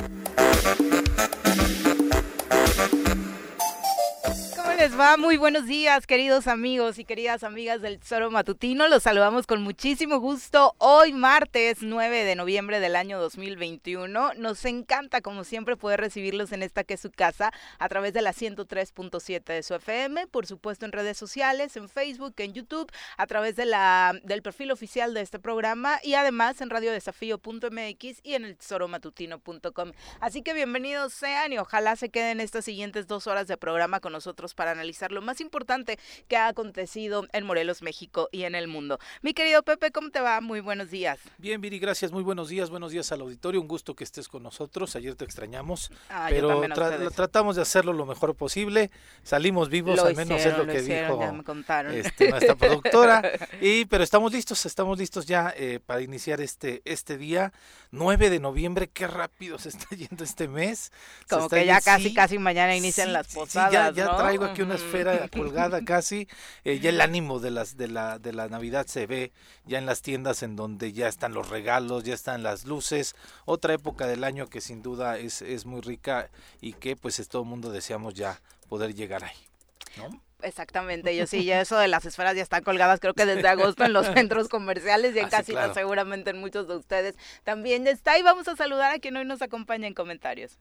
Les va? Muy buenos días, queridos amigos y queridas amigas del Tesoro Matutino. Los saludamos con muchísimo gusto. Hoy martes 9 de noviembre del año 2021. Nos encanta, como siempre, poder recibirlos en esta que es su casa a través de la 103.7 de su FM, por supuesto en redes sociales, en Facebook, en YouTube, a través de del perfil oficial de este programa y además en radiodesafío.mx y en el tesoromatutino.com. Así que bienvenidos sean y ojalá se queden estas siguientes 2 horas de programa con nosotros para analizar lo más importante que ha acontecido en Morelos, México y en el mundo. Mi querido Pepe, ¿cómo te va? Muy buenos días. Bien, Viri, gracias. Muy buenos días al auditorio. Un gusto que estés con nosotros. Ayer te extrañamos, yo pero tratamos de hacerlo lo mejor posible. Salimos vivos, al menos es lo que dijo ya me contaron. Nuestra productora. Pero estamos listos ya para iniciar este día, 9 de noviembre. Qué rápido se está yendo este mes. Como que ya casi mañana inician las posadas, ya ¿no? Traigo aquí una esfera colgada casi, ya el ánimo de la Navidad se ve ya en las tiendas en donde ya están los regalos, ya están las luces, otra época del año que sin duda es muy rica y que pues todo el mundo deseamos ya poder llegar ahí, ¿no? Exactamente, yo sí, ya eso de las esferas ya están colgadas creo que desde agosto en los centros comerciales y en casinos, claro. Seguramente en muchos de ustedes también ya está, y vamos a saludar a quien hoy nos acompaña en comentarios.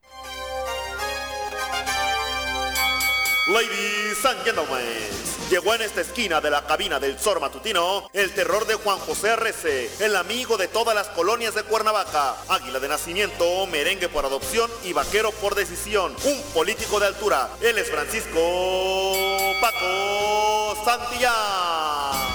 Ladies and gentlemen, llegó en esta esquina de la cabina del Tesoro Matutino el terror de Juan José Arrece, el amigo de todas las colonias de Cuernavaca, águila de nacimiento, merengue por adopción y vaquero por decisión, un político de altura. Él es Francisco Paco Santillán.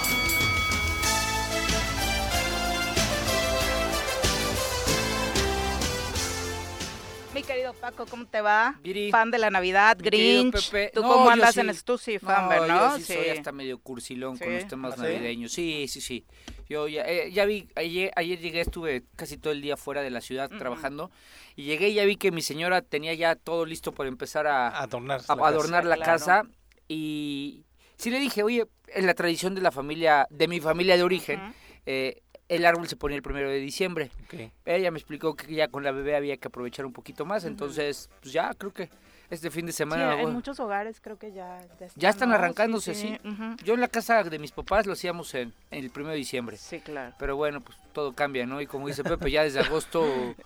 Mi querido Paco, ¿cómo te va? Viri. Fan de la Navidad, Grinch. Pepe. ¿Tú No, cómo andas sí. en eso? Tú sí, fan, ¿no? Yo sí soy hasta medio cursilón con los temas ¿Sí? navideños. Sí. Yo ya vi, ayer llegué, estuve casi todo el día fuera de la ciudad trabajando, y llegué y ya vi que mi señora tenía ya todo listo para empezar a adornar la casa, y sí le dije, oye, en la tradición de mi familia de origen, el árbol se ponía el 1 de diciembre. Okay. Ella me explicó que ya con la bebé había que aprovechar un poquito más, entonces pues ya creo que este fin de semana... Sí, en muchos hogares creo que ya están arrancándose, sí. Uh-huh. Yo en la casa de mis papás lo hacíamos en el 1 de diciembre. Sí, claro. Pero bueno, pues todo cambia, ¿no? Y como dice Pepe, ya desde agosto...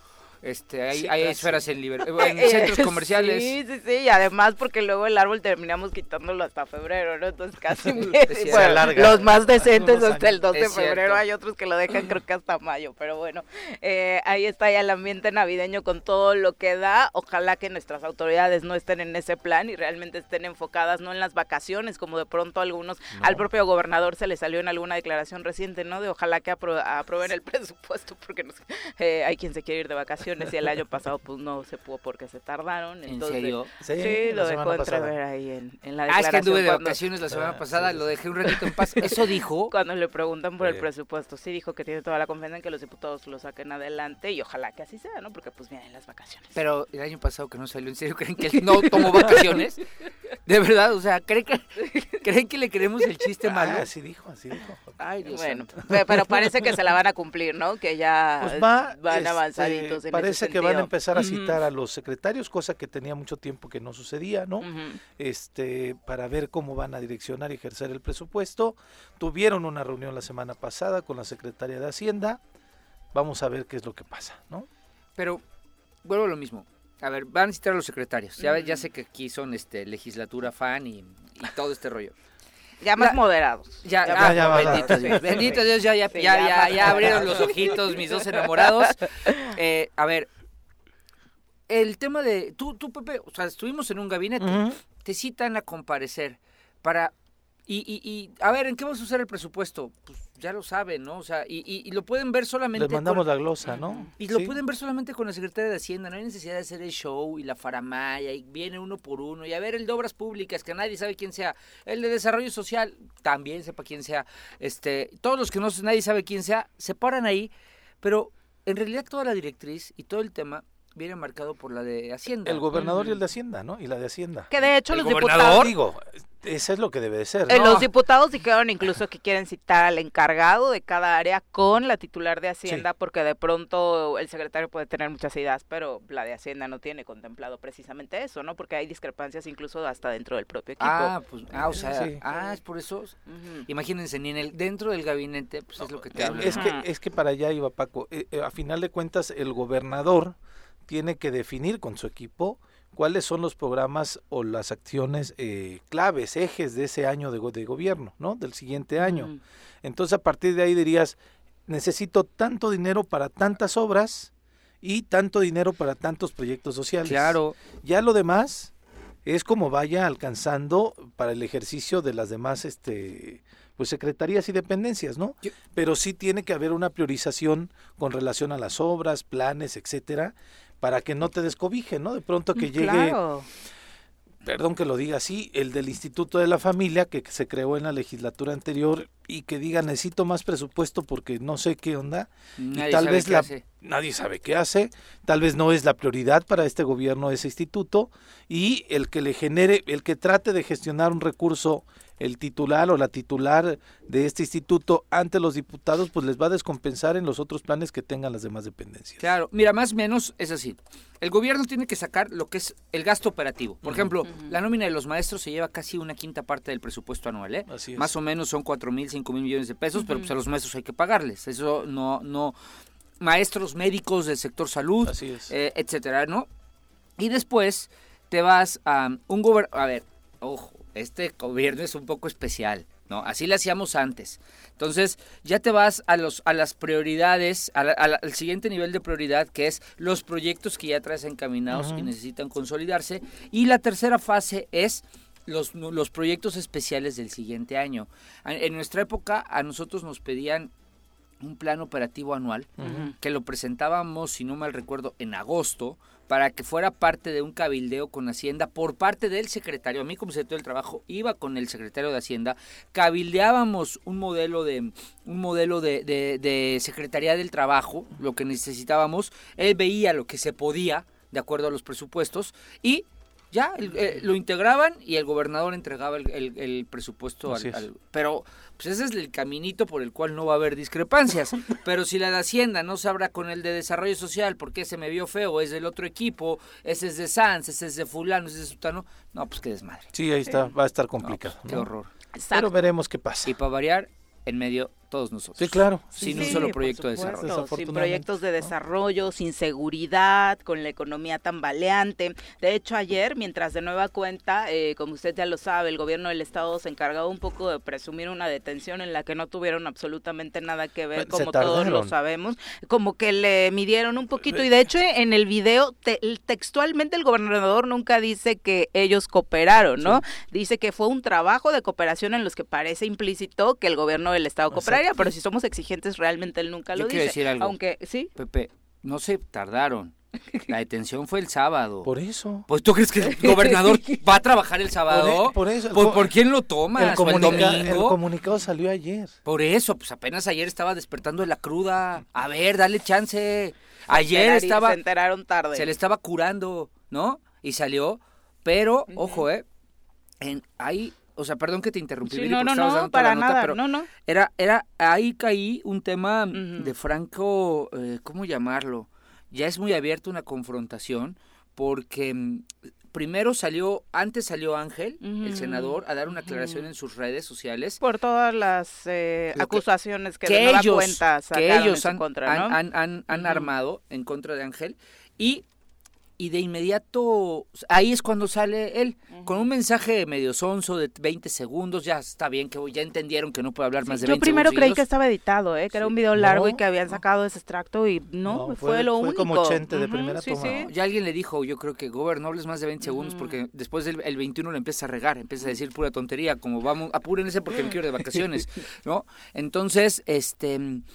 hay esferas en centros comerciales. Sí, y además porque luego el árbol terminamos quitándolo hasta febrero, ¿no? Entonces casi los más decentes hasta el 2 de febrero, hay otros que lo dejan creo que hasta mayo, pero bueno, ahí está ya el ambiente navideño con todo lo que da. Ojalá que nuestras autoridades no estén en ese plan y realmente estén enfocadas no en las vacaciones, como de pronto algunos, al propio gobernador se le salió en alguna declaración reciente, ¿no? De ojalá que aprueben el presupuesto, porque no sé, hay quien se quiere ir de vacaciones. Y el año pasado pues no se pudo porque se tardaron. Entonces, ¿en serio? Sí, lo dejó entrever ahí en la declaración. Es que anduve de vacaciones la semana pasada, lo dejé un ratito en paz. ¿Eso dijo? Cuando le preguntan por el presupuesto, sí dijo que tiene toda la confianza en que los diputados lo saquen adelante y ojalá que así sea, ¿no? Porque pues vienen las vacaciones. Pero el año pasado que no salió, ¿en serio creen que él no tomó vacaciones? De verdad, o sea, ¿creen que le creemos el chiste malo? Así dijo. Ay, Dios santo. Pero parece que se la van a cumplir, ¿no? Que ya pues van avanzaditos en parece ese que van a sentido. empezar a citar a los secretarios, cosa que tenía mucho tiempo que no sucedía, ¿no? Para ver cómo van a direccionar y ejercer el presupuesto. Tuvieron una reunión la semana pasada con la secretaria de Hacienda. Vamos a ver qué es lo que pasa, ¿no? Pero vuelvo a lo mismo. A ver, van a citar a los secretarios. Ya sé que aquí son legislatura fan y todo este rollo. Ya más moderados. Bendito Dios. Bendito Dios, ya abrieron los ojitos mis dos enamorados. A ver, el tema de... Tú, Pepe, o sea, estuvimos en un gabinete, te citan a comparecer para... Y a ver, ¿en qué vamos a usar el presupuesto? Pues ya lo saben, ¿no? O sea, y lo pueden ver solamente... Les mandamos la glosa, ¿no? Y lo pueden ver solamente con la Secretaría de Hacienda, no hay necesidad de hacer el show y la faramaya, y viene uno por uno, y a ver el de Obras Públicas, que nadie sabe quién sea, el de Desarrollo Social, también sepa quién sea, todos los que nadie sabe quién sea, se paran ahí, pero en realidad toda la directriz y todo el tema viene marcado por la de Hacienda. El gobernador y el de Hacienda, ¿no? Y la de Hacienda. Que de hecho ¿El los gobernador? diputados... Digo, eso es lo que debe de ser, Los ¿no? diputados dijeron incluso que quieren citar al encargado de cada área con la titular de Hacienda, Sí. porque de pronto el secretario puede tener muchas ideas, pero la de Hacienda no tiene contemplado precisamente eso, ¿no? Porque hay discrepancias incluso hasta dentro del propio equipo. O sea, Sí. es por eso. Ujú. Imagínense, ni dentro del gabinete, pues es lo que te habla. Es que para allá iba Paco. A final de cuentas, el gobernador tiene que definir con su equipo cuáles son los programas o las acciones claves, ejes de ese año de gobierno, ¿no? Del siguiente año. Ujú. Entonces, a partir de ahí dirías, necesito tanto dinero para tantas obras y tanto dinero para tantos proyectos sociales. Claro. Ya lo demás es como vaya alcanzando para el ejercicio de las demás pues secretarías y dependencias, ¿no? Pero sí tiene que haber una priorización con relación a las obras, planes, etcétera, para que no te descobijen, ¿no? De pronto que llegue, Claro. perdón que lo diga así, el del Instituto de la Familia que se creó en la legislatura anterior y que diga necesito más presupuesto porque no sé qué onda, Nadie y tal sabe vez qué hace. nadie sabe qué hace, tal vez no es la prioridad para este gobierno ese instituto, y el que le genere, el que trate de gestionar un recurso, el titular o la titular de este instituto ante los diputados, pues les va a descompensar en los otros planes que tengan las demás dependencias. Claro, mira, más o menos es así. El gobierno tiene que sacar lo que es el gasto operativo. Por ejemplo, la nómina de los maestros se lleva casi una quinta parte del presupuesto anual, ¿eh? Así es. Más o menos son 4,000, 5,000 millones de pesos, pero pues a los maestros hay que pagarles. Eso no, maestros, médicos del sector salud, Así es. etcétera, ¿no? Y después te vas a a ver, ojo, este gobierno es un poco especial, ¿no? Así lo hacíamos antes. Entonces, ya te vas a las prioridades, al siguiente nivel de prioridad, que es los proyectos que ya traes encaminados y necesitan consolidarse. Y la tercera fase es los proyectos especiales del siguiente año. En nuestra época, a nosotros nos pedían un plan operativo anual, que lo presentábamos, si no mal recuerdo, en agosto, para que fuera parte de un cabildeo con Hacienda por parte del secretario. A mí como secretario del Trabajo iba con el secretario de Hacienda, cabildeábamos un modelo de Secretaría del Trabajo, lo que necesitábamos, él veía lo que se podía de acuerdo a los presupuestos y ya lo integraban y el gobernador entregaba el presupuesto pero pues ese es el caminito por el cual no va a haber discrepancias. Pero si la de Hacienda no sabrá con el de Desarrollo Social porque ese me vio feo, es del otro equipo, ese es de Sanz, ese es de fulano, ese es de sutano, no, pues qué desmadre. Sí, ahí está, va a estar complicado. Qué ¿no? horror. Pero veremos qué pasa. Y para variar, en medio todos nosotros. Sí, claro. Sin un Sí, solo por proyecto de supuesto, desarrollo. sin proyectos de desarrollo, sin seguridad, con la economía tambaleante. De hecho, ayer, mientras de nueva cuenta, como usted ya lo sabe, el gobierno del estado se encargó un poco de presumir una detención en la que no tuvieron absolutamente nada que ver, Bueno, se como todos lo tardaron. sabemos, como que le midieron un poquito y de hecho en el video textualmente el gobernador nunca dice que ellos cooperaron, ¿no? Dice que fue un trabajo de cooperación en los que parece implícito que el gobierno del estado cooperaría, pero si somos exigentes realmente él nunca Yo lo quiero dice. decir algo. Aunque sí. Pepe, no se tardaron. La detención fue el sábado. Por eso. Pues tú crees que el gobernador va a trabajar el sábado. Por eso. Pues, ¿por quién lo tomas? El ¿O el domingo? comunicado salió ayer. Por eso, pues apenas ayer estaba despertando de la cruda. A ver, dale chance. Ayer Se estaba, enteraron tarde. se le estaba curando, ¿no? Y salió, pero, ojo, ahí, o sea, perdón que te interrumpí. Sí, Viri, no, porque no, estabas no, dando toda para la nota, nada, pero no. ahí caí un tema de franco, ¿cómo llamarlo? Ya es muy abierto una confrontación, porque primero antes salió Ángel, el senador, a dar una aclaración en sus redes sociales. Por todas las acusaciones que de que nueva ellos, cuenta que sacaron ellos en su contra, ¿no? han armado en contra de Ángel, y de inmediato, ahí es cuando sale él, con un mensaje medio sonso de 20 segundos, ya está bien, que ya entendieron que no puede hablar más de 20 Yo primero segundos creí seguidos. que estaba editado, que era un video largo No. y que habían sacado ese extracto y no, fue lo único. como 80 de Ujú, primera sí, toma. sí. Ya alguien le dijo, yo creo que, no hables más de 20 segundos, porque después del el 21 le empieza a regar, empieza a decir pura tontería, como vamos, apúrense porque me quiero ir de vacaciones, ¿no? Entonces,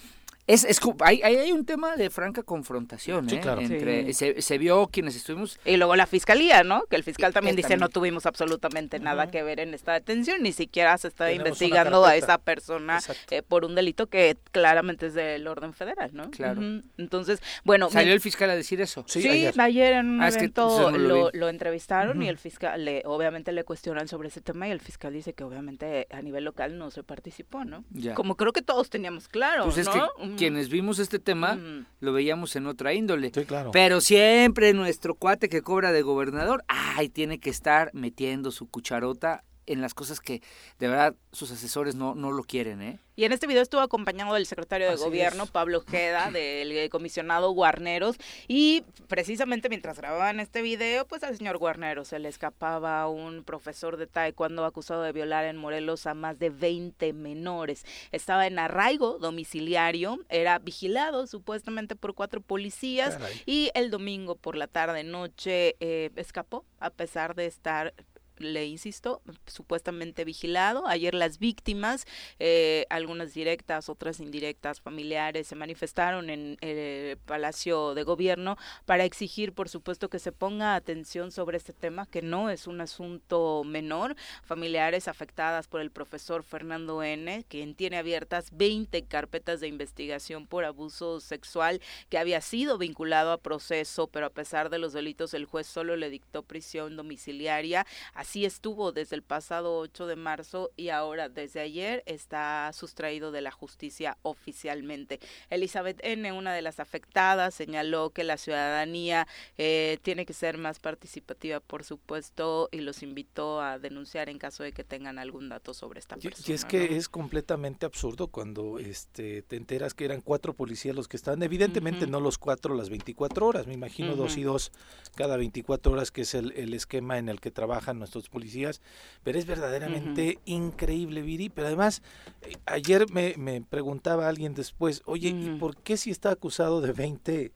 Hay un tema de franca confrontación, Sí, claro. entre se vio quienes estuvimos. Y luego la fiscalía, ¿no? Que el fiscal también dice también. no tuvimos absolutamente nada que ver en esta detención, ni siquiera se está Tenemos investigando una a carpeta. esa persona Exacto. por un delito que claramente es del orden federal, ¿no? Claro. Entonces, bueno, Salió el fiscal a decir eso. Sí, ayer en un Ah, es que evento eso no lo vi. lo entrevistaron y el fiscal, obviamente le cuestionan sobre ese tema y el fiscal dice que obviamente a nivel local no se participó, ¿no? Ya. Como creo que todos teníamos claro, Pues es ¿no? que quienes vimos este tema lo veíamos en otra índole. Sí, claro. Pero siempre nuestro cuate que cobra de gobernador, tiene que estar metiendo su cucharota en las cosas que de verdad sus asesores no lo quieren, ¿eh? Y en este video estuvo acompañado del secretario de Así Gobierno, es. Pablo Ojeda, del comisionado Guarneros, y precisamente mientras grababan este video, pues al señor Guarneros se le escapaba un profesor de taekwondo acusado de violar en Morelos a más de 20 menores. Estaba en arraigo domiciliario, era vigilado supuestamente por 4 policías, Caray. y el domingo por la tarde-noche escapó, a pesar de estar, le insisto, supuestamente vigilado. Ayer las víctimas, algunas directas, otras indirectas, familiares, se manifestaron en el Palacio de Gobierno para exigir, por supuesto, que se ponga atención sobre este tema, que no es un asunto menor. Familiares afectadas por el profesor Fernando N., quien tiene abiertas 20 carpetas de investigación por abuso sexual, que había sido vinculado a proceso, pero a pesar de los delitos, el juez solo le dictó prisión domiciliaria. Así estuvo desde el pasado 8 de marzo y ahora desde ayer está sustraído de la justicia oficialmente. Elizabeth N., una de las afectadas, señaló que la ciudadanía tiene que ser más participativa, por supuesto, y los invitó a denunciar en caso de que tengan algún dato sobre esta persona. Y es que ¿no? es completamente absurdo cuando te enteras que eran 4 policías los que estaban, evidentemente no los 4 las 24 horas, me imagino 2 y 2 cada 24 horas, que es el esquema en el que trabajan nuestros policías, pero es verdaderamente increíble, Viri. Pero además, ayer me preguntaba alguien después, oye, ¿y por qué si está acusado de 20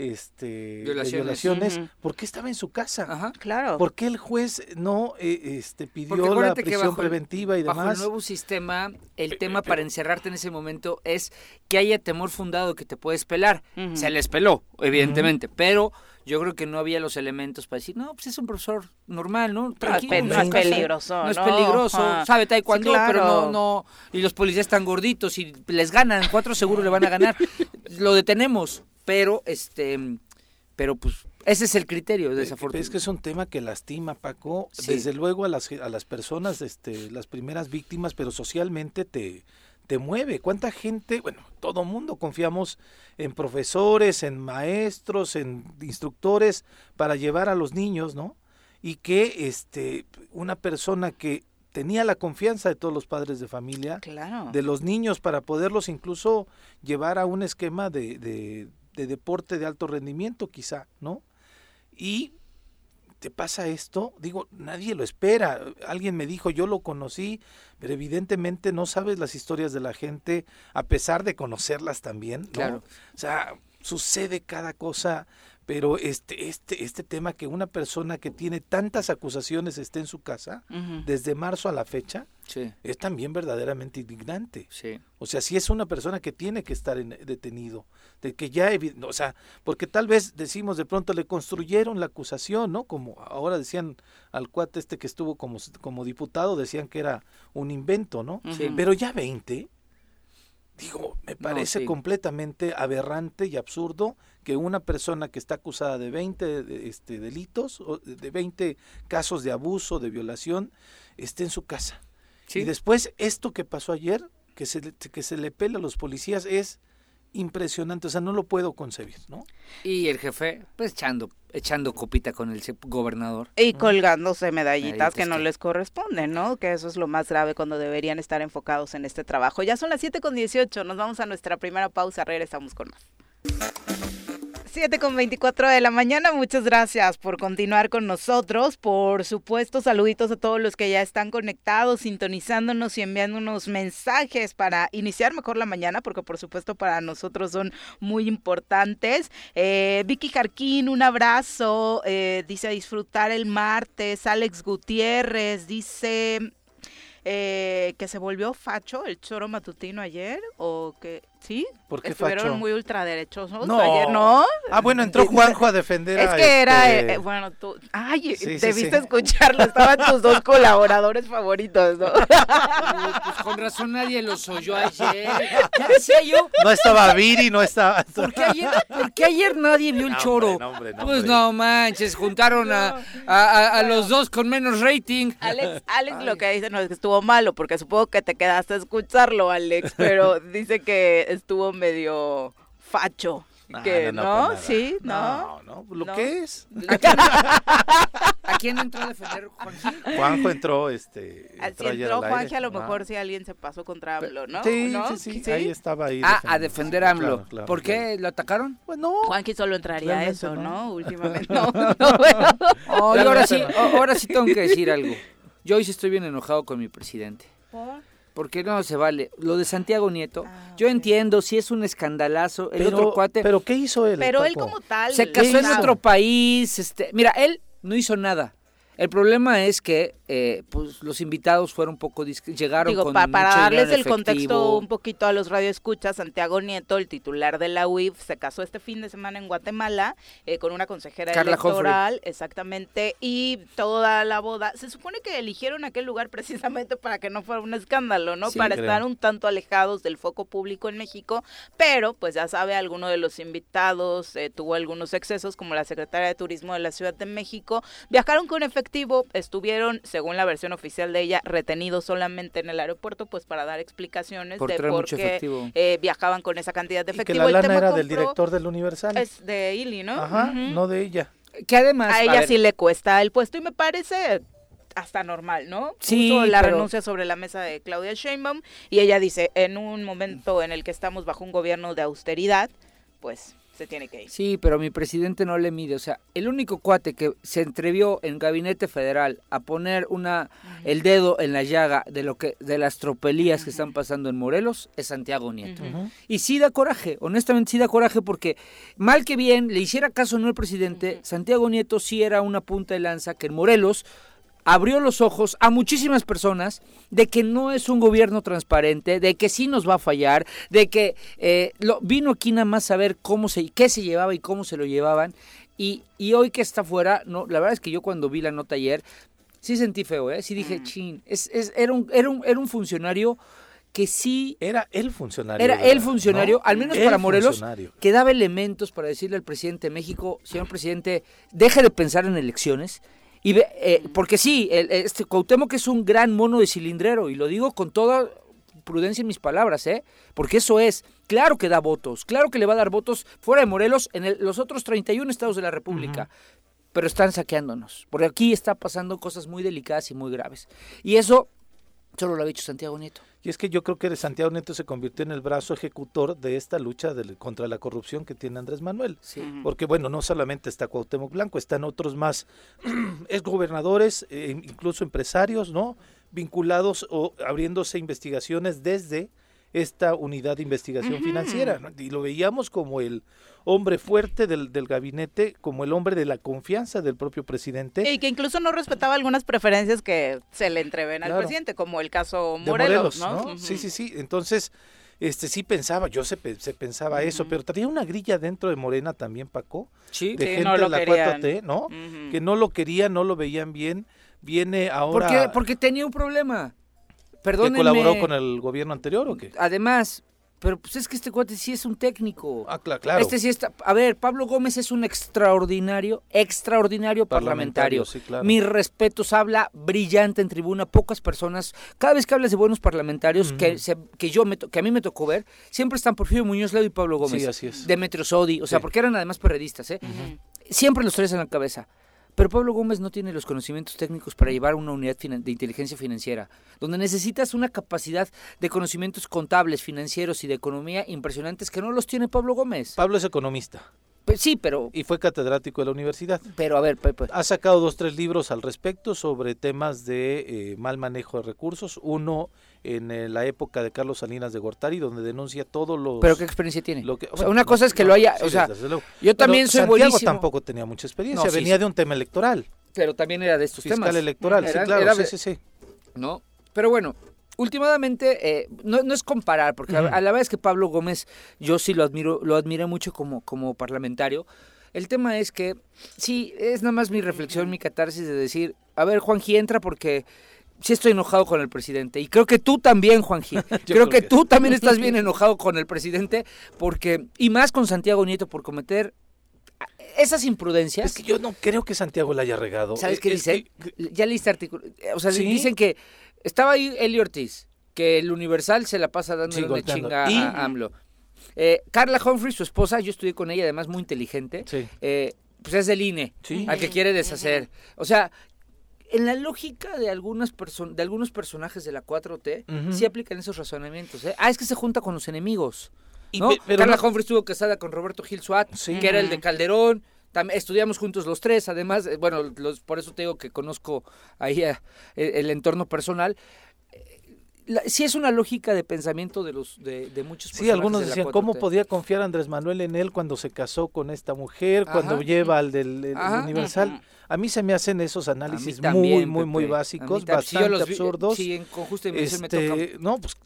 violaciones, por qué estaba en su casa? Ajá. Claro. ¿Por qué el juez no Porque pidió la acuérdate que prisión preventiva y bajo demás? el nuevo sistema, el tema para encerrarte en ese momento es que haya temor fundado que te puedes pelar. Se les peló, evidentemente, pero yo creo que no había los elementos para decir, no, pues es un profesor normal, ¿no? Tranquilo, No es peligroso, no es peligroso, sabe taekwondo, Sí, claro. pero no, y los policías están gorditos y les ganan, 4 seguros le van a ganar. Lo detenemos, pero pues ese es el criterio, desafortunadamente. Es que es un tema que lastima, Paco, Sí. desde luego a las personas, las primeras víctimas, pero socialmente te mueve. ¿Cuánta gente, bueno, todo mundo confiamos en profesores, en maestros, en instructores para llevar a los niños, ¿no? Y que una persona que tenía la confianza de todos los padres de familia, Claro. de los niños, para poderlos incluso llevar a un esquema de deporte de alto rendimiento, quizá, ¿no? Y te pasa esto, digo, nadie lo espera. Alguien me dijo, yo lo conocí, pero evidentemente no sabes las historias de la gente, a pesar de conocerlas también, ¿no? Claro. O sea, sucede cada cosa, pero este tema, que una persona que tiene tantas acusaciones esté en su casa desde marzo a la fecha, Sí, es también verdaderamente indignante. sí. O sea, si es una persona que tiene que estar detenido, de que ya, o sea, porque tal vez decimos de pronto le construyeron la acusación, ¿no? Como ahora decían al cuate que estuvo como diputado, decían que era un invento, ¿no? Sí. Pero ya 20, digo, me parece sí. completamente aberrante y absurdo que una persona que está acusada de 20 delitos, o de 20 casos de abuso, de violación, esté en su casa. Sí. Y después, esto que pasó ayer, que se le pela a los policías, es impresionante. O sea, no lo puedo concebir, ¿no? Y el jefe, pues echando copita con el gobernador. Y colgándose medallitas que no que- les corresponden, ¿no? Que eso es lo más grave cuando deberían estar enfocados en este trabajo. Ya son las 7:18, nos vamos a nuestra primera pausa, regresamos con más. 7:24 de la mañana, muchas gracias por continuar con nosotros. Por supuesto, saluditos a todos los que ya están conectados, sintonizándonos y enviándonos mensajes para iniciar mejor la mañana, porque por supuesto para nosotros son muy importantes. Vicky Jarquín, un abrazo, dice a disfrutar el martes. Alex Gutiérrez dice que se volvió facho el choro matutino ayer, o que ¿Sí? ¿Por qué Estuvieron facho? muy ultraderechosos No. ayer, ¿no? Ah, bueno, entró Juanjo a defender Es a que era, bueno, tú, ay, Sí, debiste sí. escucharlo, estaban tus dos colaboradores favoritos, ¿no? Pues con razón nadie los oyó ayer. Ya decía yo, no estaba Viri, no estaba... ¿por qué ayer nadie vio el No, choro? hombre, no, Pues hombre. no manches, juntaron a los dos con menos rating. Alex lo que dice no es que estuvo malo, porque supongo que te quedaste a escucharlo, Alex, pero dice que estuvo medio facho. Que, no, ¿no? para nada. Sí, ¿no? No, ¿lo No. que es? ¿A quién entró a defender Juanji? Juanjo entró, Si ayer entró al aire. Juanji, a lo mejor Ah. si alguien se pasó contra AMLO, ¿no? Sí, ¿No? sí, ahí estaba ahí. A defender a AMLO. Claro, ¿Por qué lo atacaron? Pues no. Juanji solo entraría a Realmente eso, no. ¿no? Últimamente. No, bueno. Oh, y ahora sí tengo que decir algo. Yo hoy sí estoy bien enojado con mi presidente. Porque no se vale. Lo de Santiago Nieto, yo entiendo, si es un escandalazo, el otro cuate Pero ¿qué hizo él? Pero él Paco? como tal. se casó en hizo? otro país. Mira, él no hizo nada. El problema es que pues los invitados fueron un poco llegaron Digo, con para mucho darles dinero en el contexto efectivo. un poquito a los radioescuchas, Santiago Nieto, el titular de la UIF, se casó este fin de semana en Guatemala con una consejera Carla electoral, exactamente, y toda la boda, se supone que eligieron aquel lugar precisamente para que no fuera un escándalo, ¿no? Sí, para creo. estar un tanto alejados del foco público en México, pero pues ya sabe, alguno de los invitados tuvo algunos excesos, como la secretaria de Turismo de la Ciudad de México, viajaron con efectivo, estuvieron, según la versión oficial de ella, retenidos solamente en el aeropuerto, pues para dar explicaciones Por de traer por mucho qué efectivo. viajaban con esa cantidad de Y que efectivo. la El lana tema era del compró- director del Universal. Es de Ili, ¿no? Ajá, Ujú. no de ella. Que además, A ella ver, sí le cuesta el puesto y me parece hasta normal, ¿no? Sí, Puso la pero- renuncia sobre la mesa de Claudia Sheinbaum y ella dice, en un momento en el que estamos bajo un gobierno de austeridad, pues se tiene que ir. Sí, pero mi presidente no le mide. O sea, el único cuate que se atrevió en Gabinete Federal a poner el dedo en la llaga de las tropelías que están pasando en Morelos es Santiago Nieto. Ujú. Y sí da coraje, honestamente sí da coraje, porque mal que bien, le hiciera caso o no el presidente, Santiago Nieto sí era una punta de lanza que en Morelos abrió los ojos a muchísimas personas de que no es un gobierno transparente, de que sí nos va a fallar, de que vino aquí nada más a ver qué se llevaba y cómo se lo llevaban, y hoy que está fuera, no, la verdad es que yo cuando vi la nota ayer, sí sentí feo, sí dije, chin, era un funcionario que sí Era el funcionario. era ¿verdad? el funcionario, ¿No? al menos El para Morelos, funcionario. que daba elementos para decirle al presidente de México, señor presidente, deje de pensar en elecciones. Porque sí, Cuauhtémoc es un gran mono de cilindrero, y lo digo con toda prudencia en mis palabras, porque eso es, claro que da votos, claro que le va a dar votos fuera de Morelos en los otros 31 estados de la República, pero están saqueándonos, porque aquí está pasando cosas muy delicadas y muy graves, y eso solo lo ha dicho Santiago Nieto. Y es que yo creo que Santiago Nieto se convirtió en el brazo ejecutor de esta lucha contra la corrupción que tiene Andrés Manuel. Sí. Porque bueno, no solamente está Cuauhtémoc Blanco, están otros más exgobernadores, incluso empresarios, ¿no? Vinculados o abriéndose investigaciones desde esta unidad de investigación financiera, ¿no? Y lo veíamos como el hombre fuerte del gabinete, como el hombre de la confianza del propio presidente. Y que incluso no respetaba algunas preferencias que se le entreven al Claro. presidente, como el caso de Morelos, ¿no? Ujú. Sí. Entonces, sí pensaba, se pensaba eso, pero traía una grilla dentro de Morena también, Paco, Sí. de Sí, gente no lo de la querían. 4T, ¿no? Ujú. Que no lo querían, no lo veían bien. Viene ahora Porque tenía un problema. que Perdónenme. colaboró con el gobierno anterior, ¿o qué? Además, pero pues es que este cuate sí es un técnico. Ah, claro. Este sí está. A ver, Pablo Gómez es un extraordinario parlamentario. Sí, claro. Mis respetos, habla brillante en tribuna. Pocas personas, cada vez que hablas de buenos parlamentarios que a mí me tocó ver, siempre están Porfirio Muñoz Ledo y Pablo Gómez. Sí, así es. Demetrio Sodi, o sea, Sí. porque eran además periodistas, Siempre los traes en la cabeza. Pero Pablo Gómez no tiene los conocimientos técnicos para llevar una unidad de inteligencia financiera, donde necesitas una capacidad de conocimientos contables, financieros y de economía impresionantes que no los tiene Pablo Gómez. Pablo es economista Sí, pero y fue catedrático de la universidad. a ver, Pepe. Ha sacado 2-3 libros al respecto sobre temas de mal manejo de recursos. Uno en la época de Carlos Salinas de Gortari, donde denuncia todos los... ¿Pero qué experiencia tiene? lo que- O sea, bueno, una cosa es que no, lo haya, sí, o sea, desde luego. yo también Pero soy Santiago buenísimo. tampoco tenía mucha experiencia, No, sí, venía sí. de un tema electoral, Pero también era de estos fiscal temas. electoral, sí, Era- claro, era- sí. ¿No? Pero bueno, últimamente, no es comparar, porque a la verdad es que Pablo Gómez, yo sí lo admiré mucho como parlamentario. El tema es que, sí, es nada más mi reflexión, mi catarsis de decir, a ver, Juanji, entra porque sí estoy enojado con el presidente. Y creo que tú también, Juanji. creo que tú también estás bien enojado con el presidente, porque, y más con Santiago Nieto por cometer esas imprudencias. Es que yo no creo que Santiago la haya regado. ¿Sabes qué dicen? Ya leíste artículo. O sea, ¿sí? Dicen que estaba ahí Eli Ortiz, que el Universal se la pasa dando una chinga a AMLO. Carla Humphrey, su esposa, yo estudié con ella, además muy inteligente, pues es del INE, al que quiere deshacer. O sea, en la lógica de algunos personajes de la 4T, sí aplican esos razonamientos. Es que se junta con los enemigos. ¿No? Carla Humphrey estuvo casada con Roberto Gil Suat, que era el de Calderón. Estudiamos juntos los tres, además, bueno, por eso te digo que conozco ahí el entorno personal. Sí es una lógica de pensamiento de muchos personajes. Sí, algunos decían, ¿cómo podía confiar Andrés Manuel en él cuando se casó con esta mujer, cuando lleva al del Universal? A mí se me hacen esos análisis también, muy básicos, bastante absurdos. Sí, con justa dimensión me toca. No, pues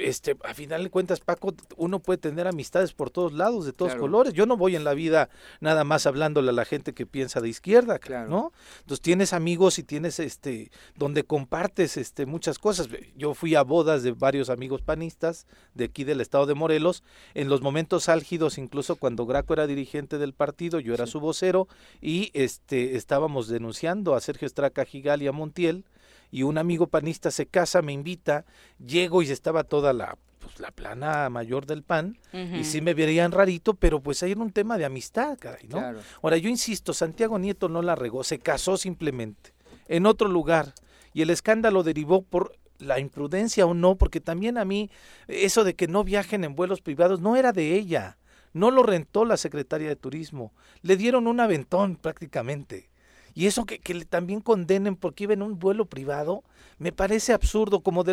a final de cuentas, Paco, uno puede tener amistades por todos lados, de todos colores. Yo no voy en la vida nada más hablándole a la gente que piensa de izquierda, ¿no? Entonces tienes amigos y tienes donde compartes muchas cosas. Yo fui a bodas de varios amigos panistas de aquí del estado de Morelos, en los momentos álgidos, incluso cuando Graco era dirigente del partido, yo era su vocero, y estábamos denunciando a Sergio Estraca Gigal y a Montiel, y un amigo panista se casa, me invita, llego y estaba toda la plana mayor del PAN, y sí me verían rarito, pero pues ahí era un tema de amistad, caray, ¿no? Claro. Ahora, yo insisto, Santiago Nieto no la regó, se casó simplemente en otro lugar, y el escándalo derivó por la imprudencia o no, porque también a mí, eso de que no viajen en vuelos privados, no era de ella, no lo rentó la Secretaría de Turismo, le dieron un aventón prácticamente. Y eso que también condenen porque iba en un vuelo privado, me parece absurdo, como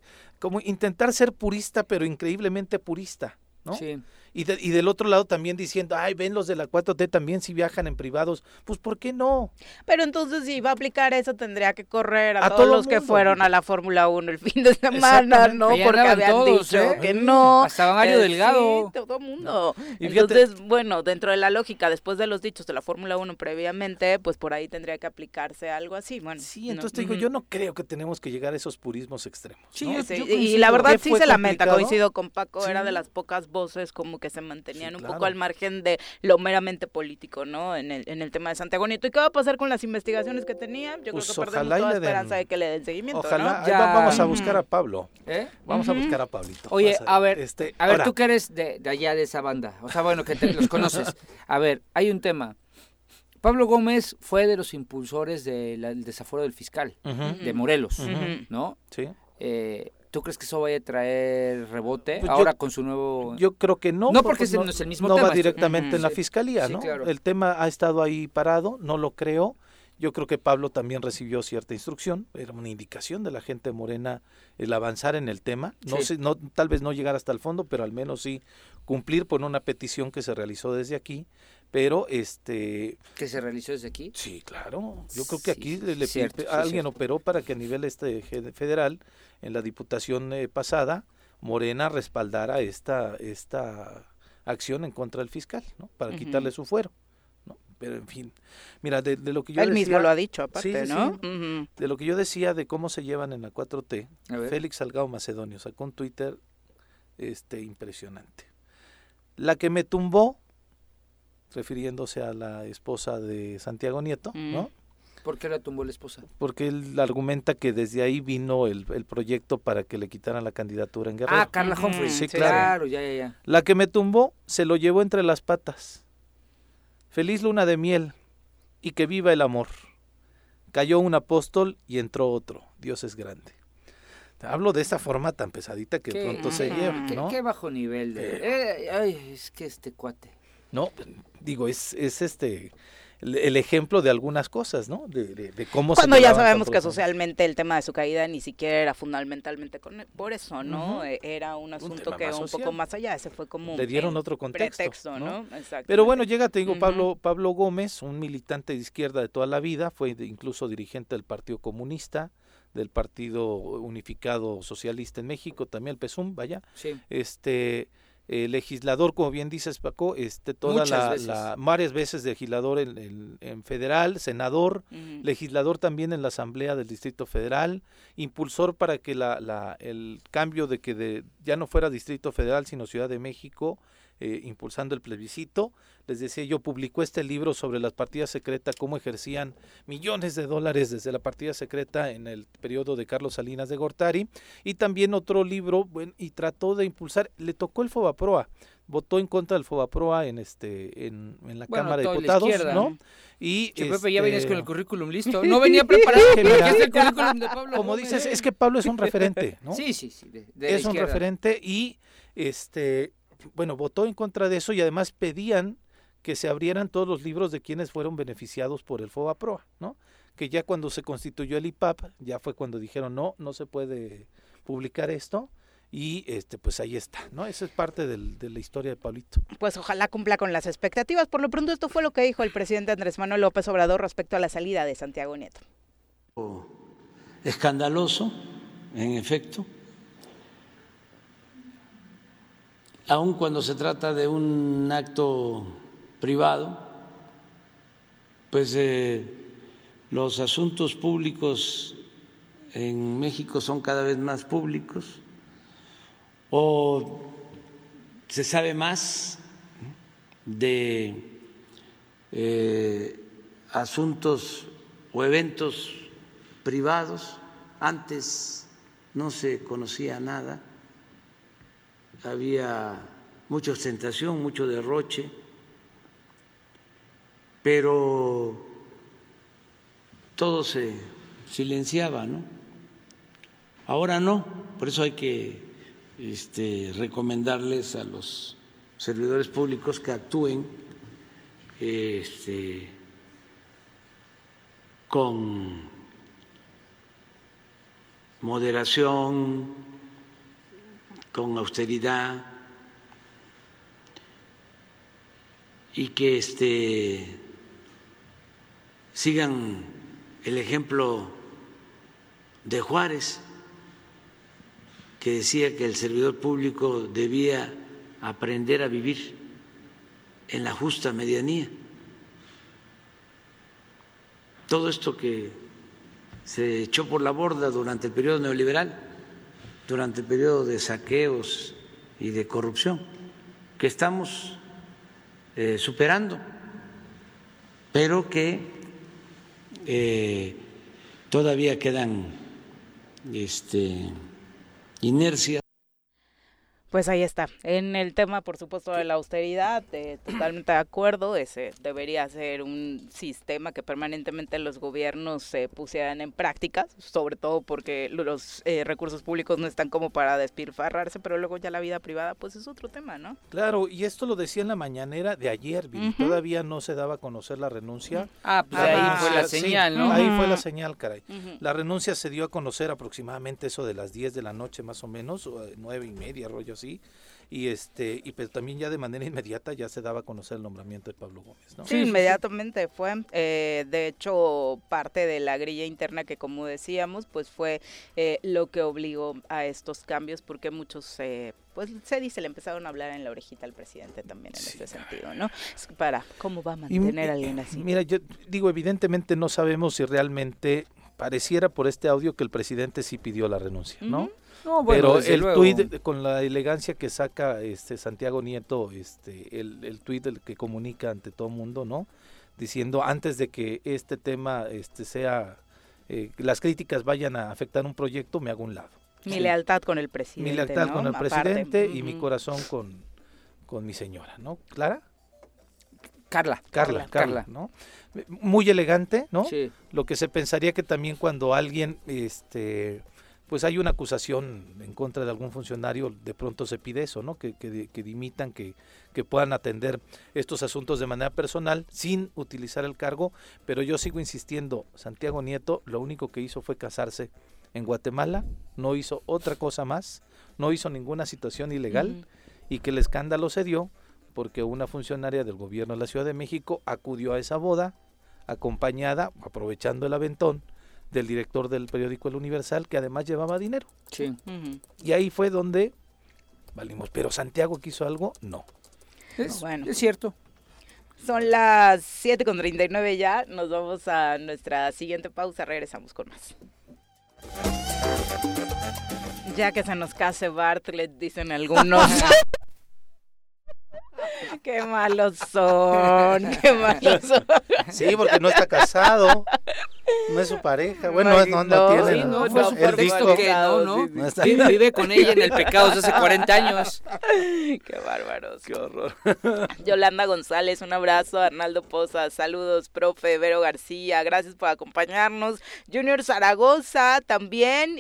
intentar ser purista, pero increíblemente purista, ¿no? Sí. Y del otro lado también diciendo, ven los de la 4T también si viajan en privados, pues ¿por qué no? Pero entonces si va a aplicar eso tendría que correr a todos los que fueron a la Fórmula 1 el fin de semana, ¿no? Porque habían dicho que no. Hasta Mario Delgado. Sí, todo el mundo. Y entonces, bueno, dentro de la lógica, después de los dichos de la Fórmula 1 previamente, pues por ahí tendría que aplicarse algo así. Bueno, sí, entonces te digo, yo no creo que tenemos que llegar a esos purismos extremos, ¿no? Sí, y la verdad sí se lamenta, coincido con Paco, era de las pocas voces como que se mantenían un poco al margen de lo meramente político, ¿no? En el tema de Santiago Nieto. ¿Y qué va a pasar con las investigaciones que tenía? Yo creo que perdemos toda esperanza de que le den seguimiento, ojalá, ¿no? Vamos a buscar a Pablo. Vamos a buscar a Pablito. Oye, a ver, tú que eres de allá de esa banda, o sea, bueno, que los conoces. A ver, hay un tema. Pablo Gómez fue de los impulsores del desafuero del fiscal de Morelos, ¿no? Sí. ¿Tú crees que eso vaya a traer rebote pues ahora con su nuevo...? Yo creo que no. No, porque no es el mismo tema. No va directamente en la fiscalía, ¿no? Claro. El tema ha estado ahí parado, no lo creo. Yo creo que Pablo también recibió cierta instrucción, era una indicación de la gente morena el avanzar en el tema. Tal vez no llegar hasta el fondo, pero al menos sí cumplir con una petición que se realizó desde aquí. Pero ¿Que se realizó desde aquí? Sí, claro. Yo creo que aquí alguien operó para que a nivel federal, en la diputación pasada, Morena respaldara esta acción en contra del fiscal, ¿no? Para quitarle su fuero, ¿no? Pero en fin, mira, de lo que yo Él decía, mismo lo ha dicho, aparte, ¿no? Sí. De lo que yo decía de cómo se llevan en la 4T, Félix Salgado Macedonio sacó un Twitter impresionante. La que me tumbó, refiriéndose a la esposa de Santiago Nieto, ¿no? ¿Por qué la tumbó la esposa? Porque él argumenta que desde ahí vino el proyecto para que le quitaran la candidatura en Guerrero. Carla Humphrey. Sí, claro. Ya. La que me tumbó se lo llevó entre las patas. Feliz luna de miel y que viva el amor. Cayó un apóstol y entró otro. Dios es grande. Hablo de esa forma tan pesadita que pronto se lleva, ¿no? Qué bajo nivel es que este cuate. No, digo, es el ejemplo de algunas cosas, ¿no? De cómo cuando ya sabemos que socialmente el tema de su caída ni siquiera era fundamentalmente por eso, ¿no? Era un asunto que un poco más allá, ese fue como le dieron otro contexto, pretexto, ¿no? Pero bueno, te digo, Pablo Gómez, un militante de izquierda de toda la vida, fue incluso dirigente del Partido Comunista, del Partido Unificado Socialista en México, también el PSUM, vaya, Sí. Legislador, como bien dices, Paco, varias veces legislador en federal, senador, legislador también en la Asamblea del Distrito Federal, impulsor para que el cambio de que ya no fuera Distrito Federal, sino Ciudad de México, impulsando el plebiscito. Les decía yo, publicó este libro sobre las partidas secretas, cómo ejercían millones de dólares desde la partida secreta en el periodo de Carlos Salinas de Gortari, y también otro libro, y trató de impulsar, le tocó el FOBAPROA, votó en contra del FOBAPROA en la Cámara de Diputados, izquierda, ¿no? Y Pepe, ya vienes con el currículum listo. No venía preparado, pero aquí está el currículum de Pablo. Como Gómez. dices, es que Pablo es un referente, ¿no? Sí, es un referente y votó en contra de eso, y además pedían que se abrieran todos los libros de quienes fueron beneficiados por el FOBAPROA, ¿no? Que ya cuando se constituyó el IPAP, ya fue cuando dijeron no se puede publicar esto, y pues ahí está, ¿no? Esa es parte de la historia de Pablito. Pues ojalá cumpla con las expectativas. Por lo pronto, esto fue lo que dijo el presidente Andrés Manuel López Obrador respecto a la salida de Santiago Nieto. Escandaloso, en efecto, aun cuando se trata de un acto privado, pues los asuntos públicos en México son cada vez más públicos, o se sabe más de asuntos o eventos privados. Antes no se conocía nada, había mucha ostentación, mucho derroche, pero todo se silenciaba, ¿no? Ahora no, por eso hay que recomendarles a los servidores públicos que actúen con moderación, con austeridad, y que sigan el ejemplo de Juárez, que decía que el servidor público debía aprender a vivir en la justa medianía. Todo esto que se echó por la borda durante el periodo neoliberal, durante el periodo de saqueos y de corrupción, que estamos superando, pero que todavía quedan inercias. Pues ahí está. En el tema, por supuesto, de la austeridad, totalmente de acuerdo. Ese debería ser un sistema que permanentemente los gobiernos pusieran en práctica, sobre todo porque los recursos públicos no están como para despilfarrarse, pero luego ya la vida privada, pues es otro tema, ¿no? Claro, y esto lo decía en la mañanera de ayer, Viri. Todavía no se daba a conocer la renuncia. Pues ahí fue la señal, ¿no? Ahí fue la señal, caray. La renuncia se dio a conocer aproximadamente eso de las 10 de la noche, más o menos, 9:30, rollo así, y pero también ya de manera inmediata ya se daba a conocer el nombramiento de Pablo Gómez, ¿no? Sí, inmediatamente fue, de hecho, parte de la grilla interna que, como decíamos, pues fue lo que obligó a estos cambios, porque muchos, pues se dice, le empezaron a hablar en la orejita al presidente también en este sentido, ¿no? Para cómo va a mantener a alguien así. Mira, yo digo, evidentemente no sabemos si realmente pareciera por este audio que el presidente sí pidió la renuncia, ¿no? No, bueno, pero el luego. tuit, con la elegancia que saca Santiago Nieto, el tuit que comunica ante todo mundo, ¿no? Diciendo, antes de que este tema sea, las críticas vayan a afectar un proyecto, me hago un lado. Mi lealtad con el presidente, mi lealtad, ¿no? con el Aparte. presidente y mi corazón con mi señora, ¿no? ¿Clara? Carla, ¿no? Muy elegante, ¿no? Sí. Lo que se pensaría que también cuando alguien, pues hay una acusación en contra de algún funcionario, de pronto se pide eso, ¿no? Que dimitan, que puedan atender estos asuntos de manera personal sin utilizar el cargo, pero yo sigo insistiendo, Santiago Nieto lo único que hizo fue casarse en Guatemala, no hizo otra cosa más, no hizo ninguna situación ilegal, y que el escándalo se dio porque una funcionaria del gobierno de la Ciudad de México acudió a esa boda acompañada, aprovechando el aventón, del director del periódico El Universal, que además llevaba dinero. Sí. Y ahí fue donde valimos. Pero Santiago quiso algo, no. Es cierto. Son las 7:39 ya, nos vamos a nuestra siguiente pausa, regresamos con más. Ya que se nos case Bartlett, dicen algunos. Qué malos son, qué malos son. Sí, porque no está casado, no es su pareja, bueno, no tiene. Sí, no, fue su él dijo perfecto que no. no está- Vive con ella en el pecado desde hace 40 años. Qué bárbaros. Qué horror. Yolanda González, un abrazo. Arnaldo Poza, saludos. Profe Vero García, gracias por acompañarnos. Junior Zaragoza también.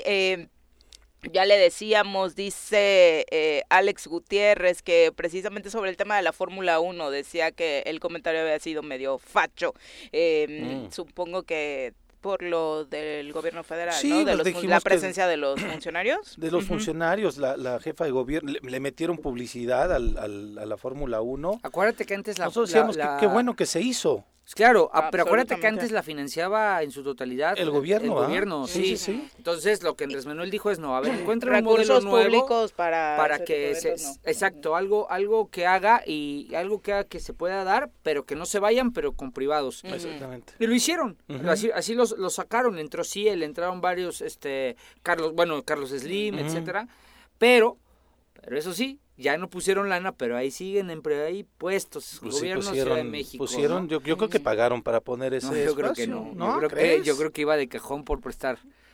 Ya le decíamos, dice Alex Gutiérrez, que precisamente sobre el tema de la Fórmula 1, decía que el comentario había sido medio facho. Supongo que por lo del gobierno federal, Sí, ¿no? pues dijimos la que- presencia de los funcionarios. De los funcionarios, la jefa de gobierno, le metieron publicidad a la Fórmula 1. Acuérdate que antes Nosotros decíamos que qué bueno que se hizo. Claro, pero acuérdate que Absolutamente. antes la financiaba en su totalidad El gobierno, El ¿ah? gobierno, Sí, sí. sí. Entonces, lo que Andrés Manuel dijo es, no, a ver, encuentra un modelo Recursos nuevo públicos para ese que tipo de eventos, no. exacto, algo que haga y algo que haga que se pueda dar, pero que no se vayan, pero con privados. Exactamente. Y lo hicieron. Ujú. Así los sacaron, entró Ciel, entraron varios Carlos Slim, etcétera, pero eso sí, ya no pusieron lana, pero ahí siguen ahí puestos, Pues sí, gobierno Ciudad de México. pusieron, ¿no? yo creo que pagaron para poner ese No, yo creo que espacio, no. ¿Crees? Yo creo que iba de cajón por prestar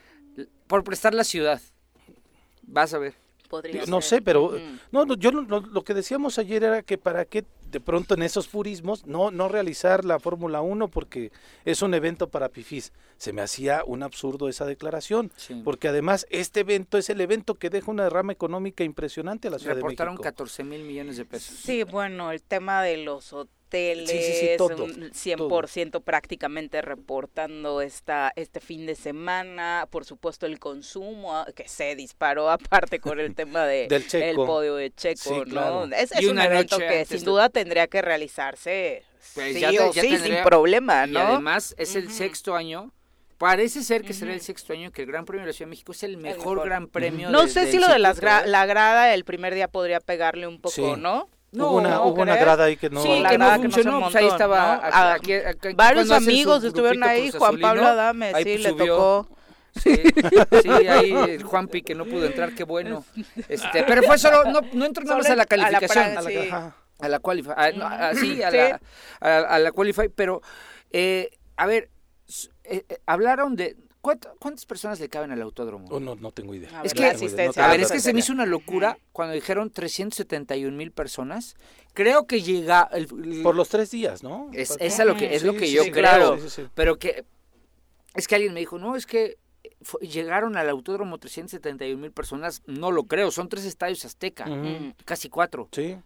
la ciudad. Vas a ver. Podría No ser. sé, pero Ujú. yo lo que decíamos ayer era que para qué de pronto en esos purismos no realizar la Fórmula 1 porque es un evento para fifís. Se me hacía un absurdo esa declaración, Sí. porque además este evento es el evento que deja una derrama económica impresionante a la Ciudad Reportaron de México. 14,000 millones de pesos. Sí, bueno, el tema de los hoteles, Sí, todo, un 100% prácticamente reportando este fin de semana, por supuesto el consumo que se disparó aparte con el tema de Del Checo. el podio de Checo, Sí, ¿no? claro. Es Y un una evento noche que antes sin de- duda tendría que realizarse Pues sí ya o ya sí, tendría- sin problema, Y ¿no? además es el sexto año. Parece ser que será el sexto año que el Gran Premio de la Ciudad de México es el mejor mejor. Gran Premio. No sé del si lo de circuito, ¿eh? la grada el primer día podría pegarle un poco, Sí. ¿no? No, hubo una ¿crees? grada ahí que no... Sí, la que no verdad que no se funcionó, pues ahí montó, estaba. ¿no? Aquí, Varios cuando hacen su amigos estuvieron grupito ahí, Cruz Juan Pablo Azulino, Adame, ahí sí, le subió. tocó. Sí, ahí el Juanpi que no pudo entrar, qué bueno. Pero fue solo, no entró nada más a la calificación. sí. Ajá. A la Qualify, sí, a Sí. la Qualify, pero, a ver, hablaron de, ¿cuántas personas le caben al autódromo? Oh, no tengo idea. A Es ver, que- la No tengo idea, asistencia. no A tengo ver, es que se me idea. hizo una locura cuando dijeron 371,000 personas. Creo que llega, Por los 3 días, ¿no? es Pasó. lo que Sí, yo sí, creo, claro. Sí, sí, sí. pero que, es que alguien me dijo, no, es que llegaron al autódromo 371,000 personas, no lo creo, son 3 estadios Azteca, Ujú. casi 4. Sí.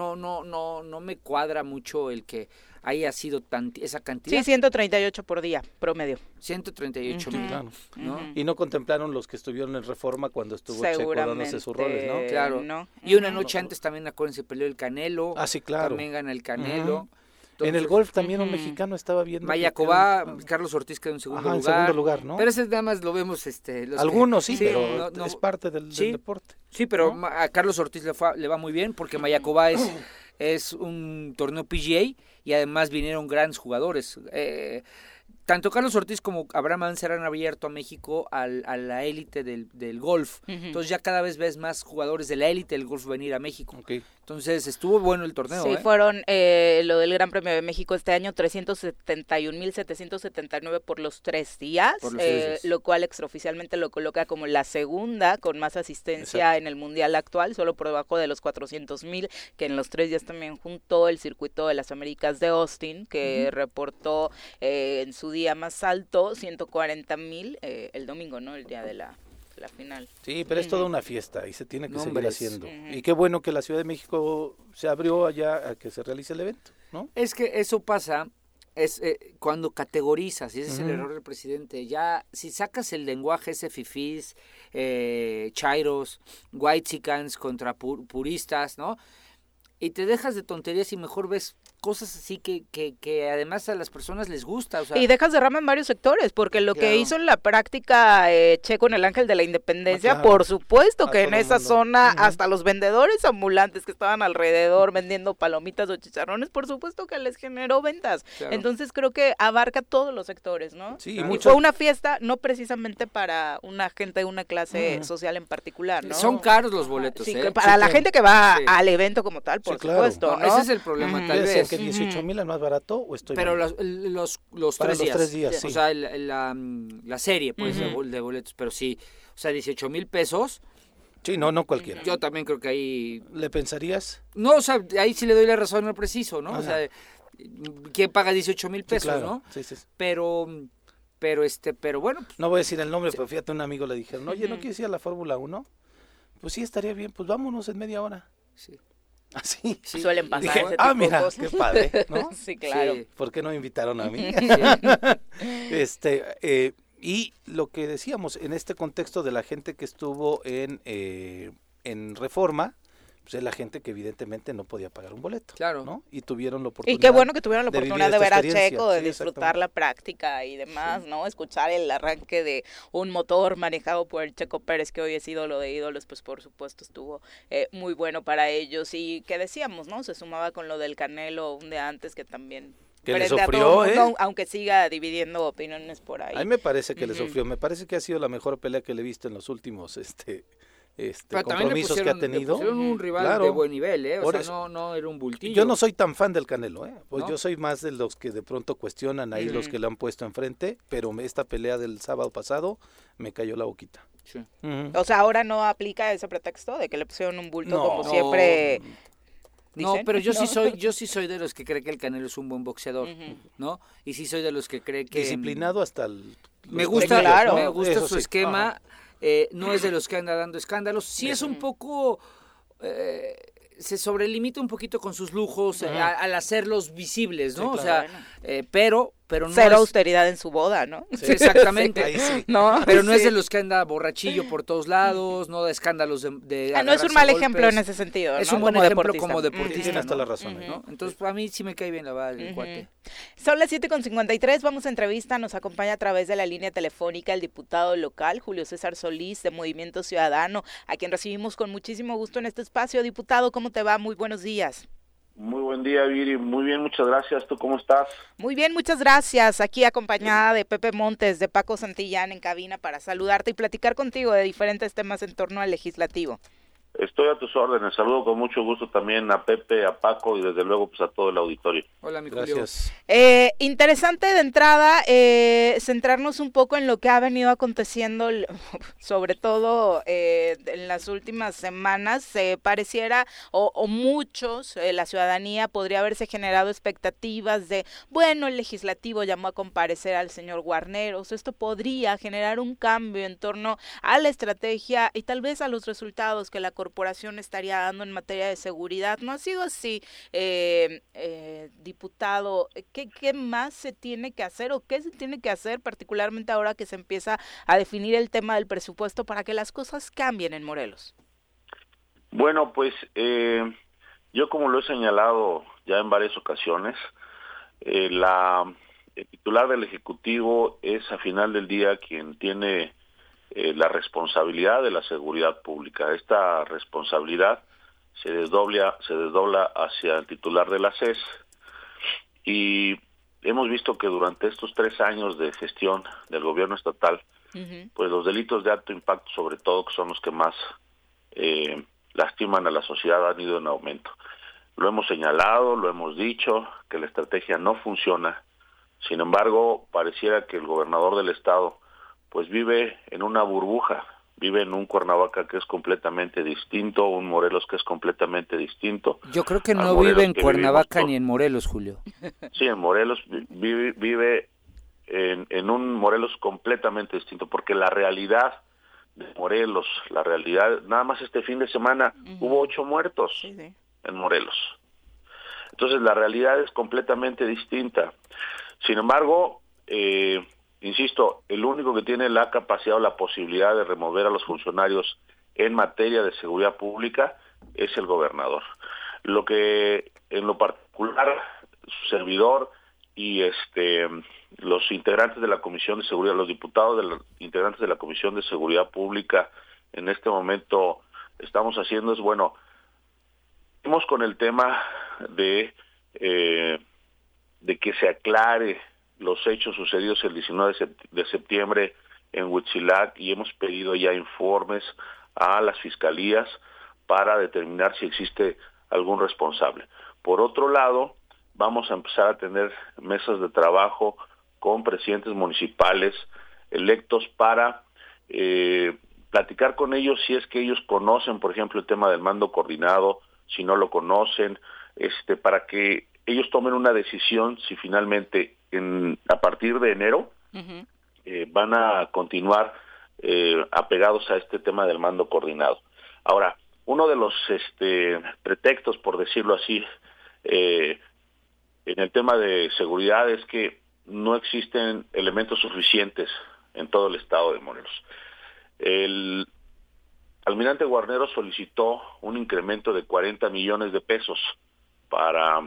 No me cuadra mucho el que haya sido esa cantidad. Sí, 138 por día, promedio. 138,000, Claro. ¿no? Ujú. Y no contemplaron los que estuvieron en Reforma cuando estuvo Checo Seguramente. dándose sus roles, ¿no? Claro. No. Y una Ujú. noche antes también, acuérdense, peleó el Canelo. Ah, sí, claro. También gana el Canelo. Ujú. En el golf también un Ujú. mexicano estaba viendo. que Mayacobá, quedó- Carlos Ortiz quedó en segundo Ajá, en lugar. segundo lugar, ¿no? Pero ese nada más lo vemos, los que- Algunos sí, pero no- es parte del sí. deporte. Sí, pero ¿no? a Carlos Ortiz le va muy bien porque Mayacobá es un torneo PGA y además vinieron grandes jugadores. Tanto Carlos Ortiz como Abraham Anser han abierto a México a la élite del golf. Ujú. Entonces ya cada vez ves más jugadores de la élite del golf venir a México. Ok. Entonces estuvo bueno el torneo. Sí, fueron lo del Gran Premio de México este año, 371,779 por los 3 días, Por los 3 días. lo cual extraoficialmente lo coloca como la segunda con más asistencia Exacto. en el Mundial actual, solo por debajo de los 400,000, que en los 3 días también juntó el Circuito de las Américas de Austin, que reportó en su día más alto 140,000 el domingo, ¿no? El día de la final. Sí, pero es toda una fiesta y se tiene que No, seguir hombre, haciendo. Ujú. Y qué bueno que la Ciudad de México se abrió allá a que se realice el evento, ¿no? Es que eso pasa cuando categorizas, y ese es el Ujú. error del presidente. Ya, si sacas el lenguaje ese fifís, chairos, whitexicans contra puristas, ¿no? Y te dejas de tonterías y mejor ves cosas así que además a las personas les gusta. O sea, y dejas derrama en varios sectores, porque lo que hizo en la práctica Che con el Ángel de la Independencia, claro. Por supuesto A que en todo el esa mundo. zona, hasta los vendedores ambulantes que estaban alrededor vendiendo palomitas o chicharrones, por supuesto que les generó ventas. Claro. Entonces creo que abarca todos los sectores, ¿no? Sí, Y mucho- fue una fiesta no precisamente para una gente de una clase social en particular, ¿no? son caros los boletos, Sí, ¿eh? que para la claro. gente que va Sí. al evento como tal, por Sí, claro. supuesto, No, ¿no? ese es el problema, tal ¿Decían vez. que 18,000 es más barato o estoy Pero mal? los Para 3 días. los 3 días, sí. O sea, la serie, pues, de boletos. Pero sí, o sea, 18,000 pesos. Sí, no cualquiera. Yo también creo que ahí... ¿Le pensarías? No, o sea, ahí sí le doy la razón al preciso, ¿no? O Ajá. sea, ¿quién paga 18,000 Sí, pesos, claro. no? Sí. Pero bueno, pues, No voy a decir el nombre, pero fíjate, un amigo le dijeron, oye, ¿no quieres ir a la Fórmula 1? Pues sí, estaría bien, pues vámonos en media hora. sí. Así. Sí. Suelen pasar Dije, ese tipo de mira, cosas. qué padre, ¿no? Sí, claro. Sí. ¿Por qué no me invitaron a mí? Sí. Y lo que decíamos, en este contexto de la gente que estuvo en Reforma, pues es la gente que evidentemente no podía pagar un boleto, Claro. ¿no? Y tuvieron la oportunidad. Y qué bueno que tuvieron la de vivir oportunidad de esta ver a experiencia. Checo, de Sí, disfrutar exactamente. la práctica y demás, ¿no? Escuchar el arranque de un motor manejado por el Checo Pérez, que hoy es ídolo de ídolos, pues por supuesto estuvo muy bueno para ellos. Y que decíamos, ¿no? Se sumaba con lo del Canelo un día antes, que también... Que le frente a sufrió, todo el mundo, ¿eh? aunque siga dividiendo opiniones por ahí. A mí me parece que le sufrió, me parece que ha sido la mejor pelea que le he visto en los últimos Pero también le compromisos que pusieron, ha tenido. le pusieron un rival Claro. de buen nivel, ¿eh? O Por sea, eso. no era un bultillo. Yo no soy tan fan del Canelo, pues ¿No? yo soy más de los que de pronto cuestionan ahí los que le han puesto enfrente, pero esta pelea del sábado pasado me cayó la boquita. Sí. Ujú. O sea, ahora no aplica ese pretexto de que le pusieron un bulto No. como No. siempre... No, dicen. pero yo ¿No? sí soy de los que cree que el Canelo es un buen boxeador, ¿no? Y sí soy de los que cree que Disciplinado hasta me los gusta, tobillos, ¿no? me gusta Eso su sí. esquema. Ajá. No es de los que anda dando escándalos. Sí es un poco se sobrelimita un poquito con sus lujos al hacerlos visibles, ¿no? Sí, O claro. sea, pero no Cero es... austeridad en su boda, ¿no? Sí, exactamente. Ahí sí. No, Pero no es sí. de los que anda borrachillo por todos lados, no da escándalos de No es un agarrarse mal a ejemplo golpes. en ese sentido, Es ¿no? un buen Como ejemplo deportista. como Sí, deportista, tiene hasta ¿no? la razón. ¿No? Entonces, a mí sí me cae bien el cuate. Son las 7:53, vamos a entrevista, nos acompaña a través de la línea telefónica el diputado local, Julio César Solís, de Movimiento Ciudadano, a quien recibimos con muchísimo gusto en este espacio. Diputado, ¿cómo te va? Muy buenos días. Muy buen día, Viri. Muy bien, muchas gracias. ¿Tú cómo estás? Muy bien, muchas gracias. Aquí acompañada de Pepe Montes, de Paco Santillán en cabina para saludarte y platicar contigo de diferentes temas en torno al legislativo. Estoy a tus órdenes. Saludo con mucho gusto también a Pepe, a Paco y desde luego pues a todo el auditorio. Hola, mi Julio. Gracias. Interesante de entrada centrarnos un poco en lo que ha venido aconteciendo, sobre todo en las últimas semanas. Pareciera, o muchos, la ciudadanía podría haberse generado expectativas de, bueno, el legislativo llamó a comparecer al señor Guarneros, esto podría generar un cambio en torno a la estrategia y tal vez a los resultados que la corporación estaría dando en materia de seguridad. No ha sido así, diputado. ¿Qué más se tiene que hacer o qué se tiene que hacer, particularmente ahora que se empieza a definir el tema del presupuesto, para que las cosas cambien en Morelos? Bueno, pues yo como lo he señalado ya en varias ocasiones, el titular del Ejecutivo es a final del día quien tiene la responsabilidad de la seguridad pública. Esta responsabilidad se desdobla hacia el titular de la SES y hemos visto que durante estos 3 años de gestión del gobierno estatal, pues los delitos de alto impacto, sobre todo, que son los que más lastiman a la sociedad, han ido en aumento. Lo hemos señalado, lo hemos dicho, que la estrategia no funciona. Sin embargo, pareciera que el gobernador del estado pues vive en una burbuja, vive en un Cuernavaca que es completamente distinto, un Morelos que es completamente distinto. Yo creo que no Morelos vive en que Cuernavaca vivimos ni en Morelos, Julio. Sí, en Morelos vive en un Morelos completamente distinto, porque la realidad de Morelos, la realidad, nada más este fin de semana hubo 8 muertos en Morelos. Entonces la realidad es completamente distinta. Sin embargo, insisto, el único que tiene la capacidad o la posibilidad de remover a los funcionarios en materia de seguridad pública es el gobernador. Lo que en lo particular su servidor y los integrantes de la Comisión de Seguridad, los diputados integrantes de la Comisión de Seguridad Pública en este momento estamos haciendo es, bueno, vamos con el tema de que se aclare los hechos sucedidos el 19 de septiembre en Huitzilac y hemos pedido ya informes a las fiscalías para determinar si existe algún responsable. Por otro lado, vamos a empezar a tener mesas de trabajo con presidentes municipales electos para platicar con ellos si es que ellos conocen, por ejemplo, el tema del mando coordinado, si no lo conocen, para que ellos tomen una decisión si finalmente a partir de enero van a continuar apegados a este tema del mando coordinado. Ahora, uno de los pretextos, por decirlo así, en el tema de seguridad es que no existen elementos suficientes en todo el estado de Morelos. El almirante Guarneros solicitó un incremento de 40 millones de pesos para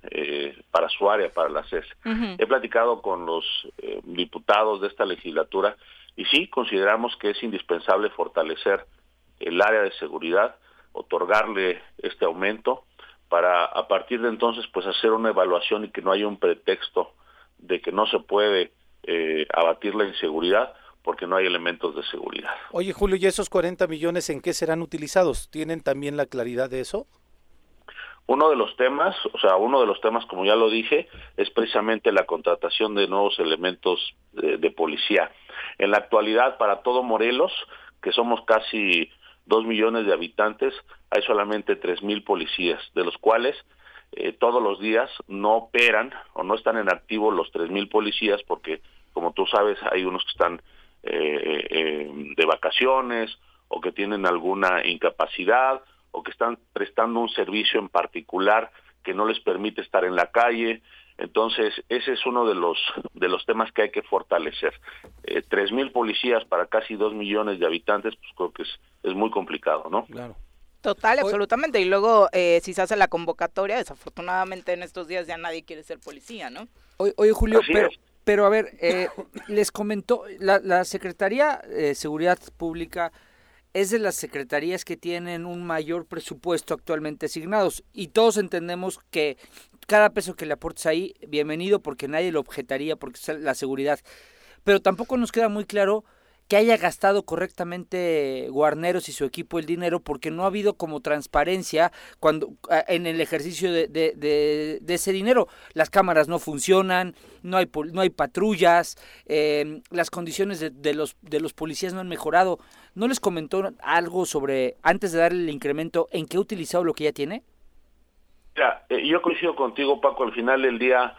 su área, para la CES. He platicado con los diputados de esta legislatura y sí consideramos que es indispensable fortalecer el área de seguridad, otorgarle este aumento para a partir de entonces pues hacer una evaluación y que no haya un pretexto de que no se puede abatir la inseguridad porque no hay elementos de seguridad. Oye, Julio, ¿y esos 40 millones en qué serán utilizados? ¿Tienen también la claridad de eso? Uno de los temas, como ya lo dije, es precisamente la contratación de nuevos elementos de policía. En la actualidad, para todo Morelos, que somos casi 2 millones de habitantes, hay solamente 3,000 policías, de los cuales todos los días no operan o no están en activo los 3,000 policías porque, como tú sabes, hay unos que están de vacaciones o que tienen alguna incapacidad o que están prestando un servicio en particular que no les permite estar en la calle. Entonces, ese es uno de los temas que hay que fortalecer. 3,000 policías para casi 2 millones de habitantes, pues creo que es muy complicado, ¿no? Claro. Total, absolutamente. Y luego, si se hace la convocatoria, desafortunadamente en estos días ya nadie quiere ser policía, ¿no? Oye Julio, pero a ver, les comentó, la Secretaría de Seguridad Pública es de las secretarías que tienen un mayor presupuesto actualmente asignados y todos entendemos que cada peso que le aportes ahí, bienvenido porque nadie lo objetaría porque es la seguridad, pero tampoco nos queda muy claro que haya gastado correctamente Guarneros y su equipo el dinero porque no ha habido como transparencia cuando en el ejercicio de ese dinero. Las cámaras no funcionan, no hay patrullas, las condiciones de los policías no han mejorado. ¿No les comentó algo sobre, antes de darle el incremento, en qué ha utilizado lo que ya tiene? Mira, yo coincido contigo, Paco, al final del día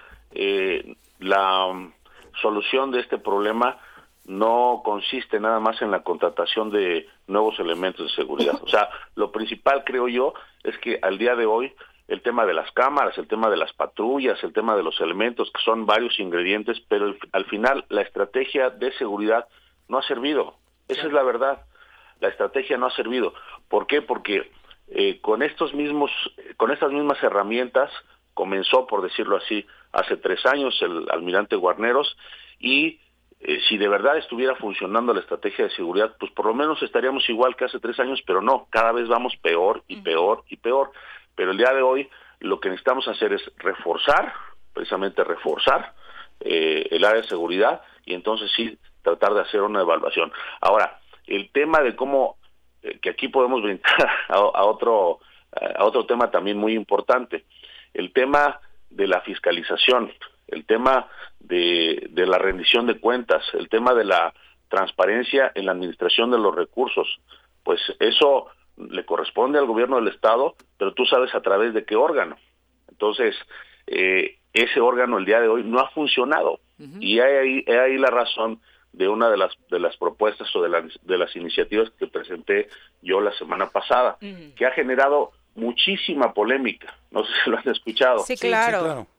la solución de este problema no consiste nada más en la contratación de nuevos elementos de seguridad. O sea, lo principal, creo yo, es que al día de hoy el tema de las cámaras, el tema de las patrullas, el tema de los elementos, que son varios ingredientes, pero al final la estrategia de seguridad no ha servido. Esa es la verdad. La estrategia no ha servido. ¿Por qué? Porque con estas mismas herramientas comenzó, por decirlo así, hace 3 años el almirante Guarneros y si de verdad estuviera funcionando la estrategia de seguridad, pues por lo menos estaríamos igual que hace 3 años, pero no, cada vez vamos peor y peor y peor. Pero el día de hoy lo que necesitamos hacer es precisamente reforzar el área de seguridad y entonces sí tratar de hacer una evaluación. Ahora, el tema de cómo, que aquí podemos brincar a otro tema también muy importante, el tema de la fiscalización, el tema de la rendición de cuentas, el tema de la transparencia en la administración de los recursos, pues eso le corresponde al gobierno del estado, pero tú sabes a través de qué órgano. Entonces, ese órgano el día de hoy no ha funcionado. Uh-huh. Y hay ahí la razón de una de las propuestas o de las iniciativas que presenté yo la semana pasada, que ha generado muchísima polémica. No sé si lo has escuchado. Sí, claro. Sí, claro.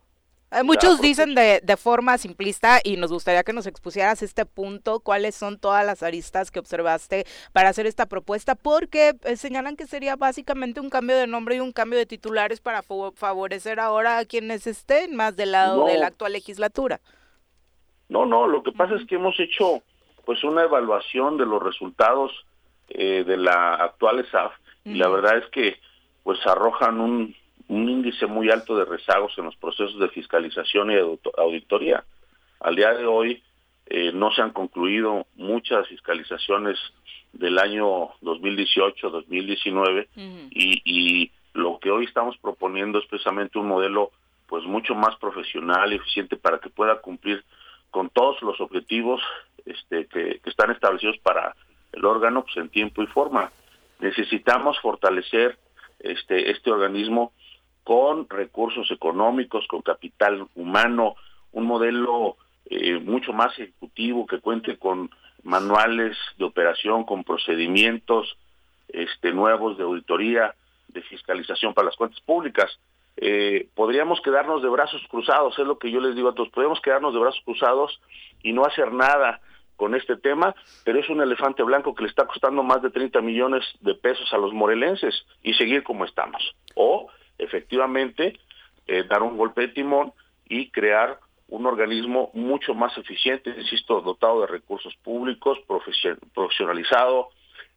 Muchos dicen de forma simplista, y nos gustaría que nos expusieras este punto, cuáles son todas las aristas que observaste para hacer esta propuesta, porque señalan que sería básicamente un cambio de nombre y un cambio de titulares para favorecer ahora a quienes estén más del lado de la actual legislatura. No, lo que pasa es que hemos hecho pues una evaluación de los resultados de la actual ESAF, y la verdad es que pues arrojan un índice muy alto de rezagos en los procesos de fiscalización y auditoría. Al día de hoy no se han concluido muchas fiscalizaciones del año 2018, 2019, y lo que hoy estamos proponiendo es precisamente un modelo pues mucho más profesional y eficiente para que pueda cumplir con todos los objetivos que están establecidos para el órgano pues en tiempo y forma. Necesitamos fortalecer este organismo con recursos económicos, con capital humano, un modelo mucho más ejecutivo que cuente con manuales de operación, con procedimientos nuevos de auditoría, de fiscalización para las cuentas públicas. Podríamos quedarnos de brazos cruzados, es lo que yo les digo a todos, podríamos quedarnos de brazos cruzados y no hacer nada con este tema, pero es un elefante blanco que le está costando más de 30 millones de pesos a los morelenses y seguir como estamos. O efectivamente dar un golpe de timón y crear un organismo mucho más eficiente, insisto, dotado de recursos públicos, profesionalizado,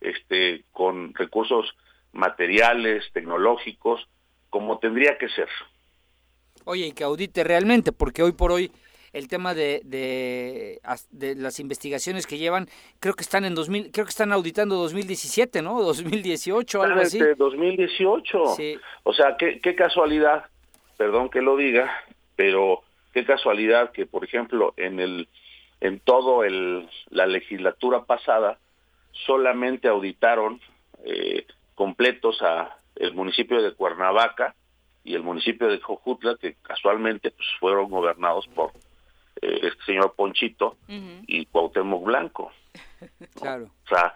con recursos materiales, tecnológicos, como tendría que ser. Oye, y que audite realmente, porque hoy por hoy el tema de las investigaciones que llevan, creo que están auditando 2017, ¿no? 2018, algo así. 2018. Sí. O sea, qué casualidad, perdón que lo diga, pero qué casualidad que, por ejemplo, en la legislatura pasada solamente auditaron completos a el municipio de Cuernavaca y el municipio de Jojutla, que casualmente pues fueron gobernados por este señor Ponchito y Cuauhtémoc Blanco. Claro. O sea,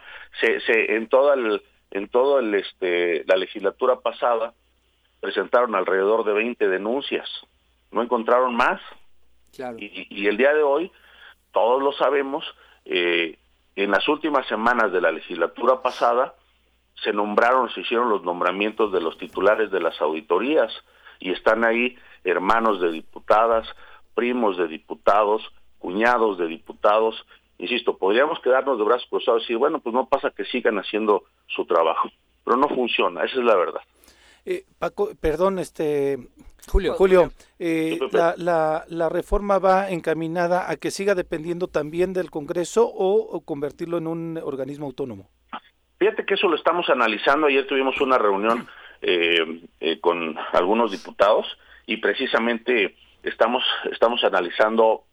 la legislatura pasada presentaron alrededor de 20 denuncias, no encontraron más. Claro. Y el día de hoy, todos lo sabemos, en las últimas semanas de la legislatura pasada se hicieron los nombramientos de los titulares de las auditorías, y están ahí hermanos de diputadas, primos de diputados, cuñados de diputados. Insisto, podríamos quedarnos de brazos cruzados y decir, bueno, pues no pasa, que sigan haciendo su trabajo, pero no funciona, esa es la verdad. Paco, perdón, Julio, la reforma va encaminada a que siga dependiendo también del Congreso o convertirlo en un organismo autónomo. Fíjate que eso lo estamos analizando. Ayer tuvimos una reunión con algunos diputados y precisamente estamos analizando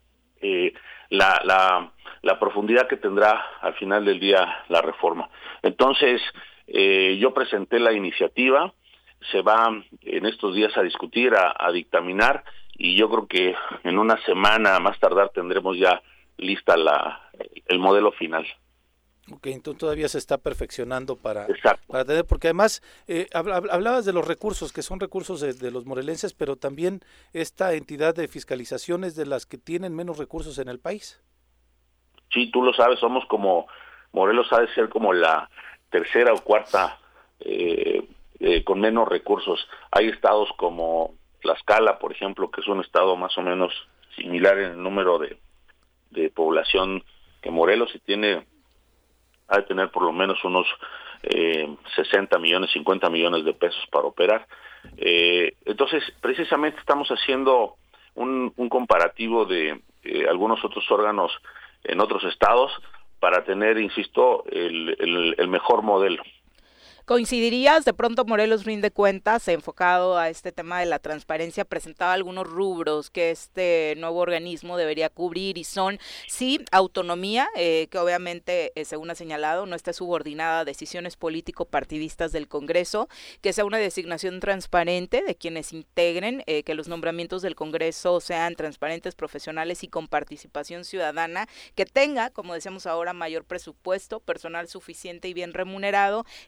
la profundidad que tendrá al final del día la reforma. Entonces, yo presenté la iniciativa, se va en estos días a discutir, a dictaminar, y yo creo que en una semana más tardar tendremos ya lista el modelo final. Ok, entonces todavía se está perfeccionando para tener, porque además hablabas de los recursos, que son recursos de los morelenses, pero también esta entidad de fiscalización es de las que tienen menos recursos en el país. Sí, tú lo sabes, somos como, Morelos ha de ser como la tercera o cuarta con menos recursos. Hay estados como Tlaxcala, por ejemplo, que es un estado más o menos similar en el número de población que Morelos, y ha de tener por lo menos unos 60 millones, 50 millones de pesos para operar. Entonces, precisamente estamos haciendo un comparativo de algunos otros órganos en otros estados para tener, insisto, el mejor modelo. ¿Coincidirías? De pronto Morelos rinde cuentas, enfocado a este tema de la transparencia, presentaba algunos rubros que este nuevo organismo debería cubrir, y son, sí, autonomía, que obviamente, según ha señalado, no esté subordinada a decisiones político-partidistas del Congreso, que sea una designación transparente de quienes integren, que los nombramientos del Congreso sean transparentes, profesionales y con participación ciudadana, que tenga, como decíamos ahora, mayor presupuesto, personal suficiente y bien remunerado, y también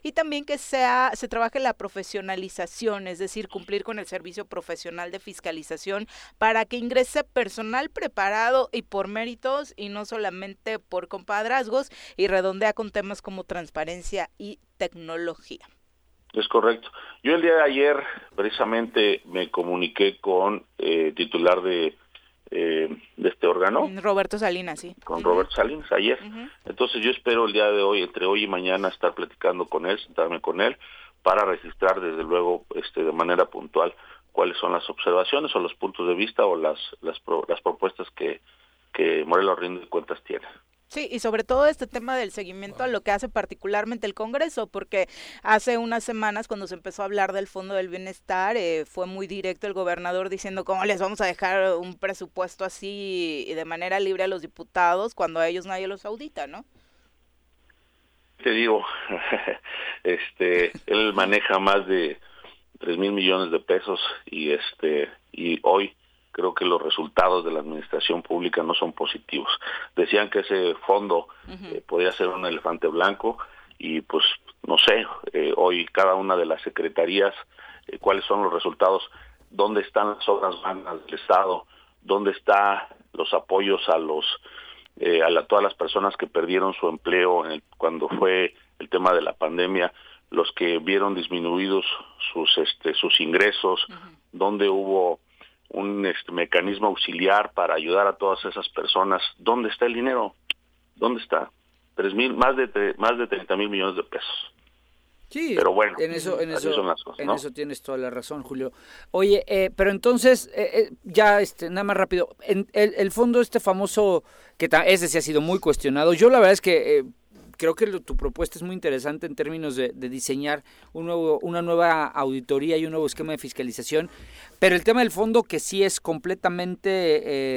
también que se trabaje la profesionalización, es decir, cumplir con el servicio profesional de fiscalización para que ingrese personal preparado y por méritos y no solamente por compadrazgos, y redondea con temas como transparencia y tecnología. Es correcto. Yo el día de ayer precisamente me comuniqué con titular de este órgano. Roberto Salinas, sí. Con Roberto Salinas ayer. Entonces yo espero el día de hoy, entre hoy y mañana, estar platicando con él, sentarme con él, para registrar desde luego de manera puntual cuáles son las observaciones o los puntos de vista o las propuestas que Morelos Rinde Cuentas tiene. Sí, y sobre todo este tema del seguimiento a lo que hace particularmente el Congreso, porque hace unas semanas cuando se empezó a hablar del Fondo del Bienestar, fue muy directo el gobernador diciendo cómo les vamos a dejar un presupuesto así de manera libre a los diputados cuando a ellos nadie los audita, ¿no? Te digo, él maneja más de 3,000 millones de pesos y hoy creo que los resultados de la administración pública no son positivos. Decían que ese fondo podía ser un elefante blanco y pues no sé, hoy cada una de las secretarías, cuáles son los resultados, dónde están las obras magnas del Estado, dónde están los apoyos a todas las personas que perdieron su empleo cuando fue el tema de la pandemia, los que vieron disminuidos sus ingresos, dónde hubo un mecanismo auxiliar para ayudar a todas esas personas. ¿Dónde está el dinero? ¿Dónde está? Más de 30,000 millones de pesos. Sí, pero bueno, en eso son las cosas, ¿no? eso tienes toda la razón, Julio. Oye, pero entonces, ya nada más rápido, el fondo famoso, que ese sí ha sido muy cuestionado. Yo la verdad es que creo que tu propuesta es muy interesante en términos de diseñar una nueva auditoría y un nuevo esquema de fiscalización, pero el tema del fondo, que sí es completamente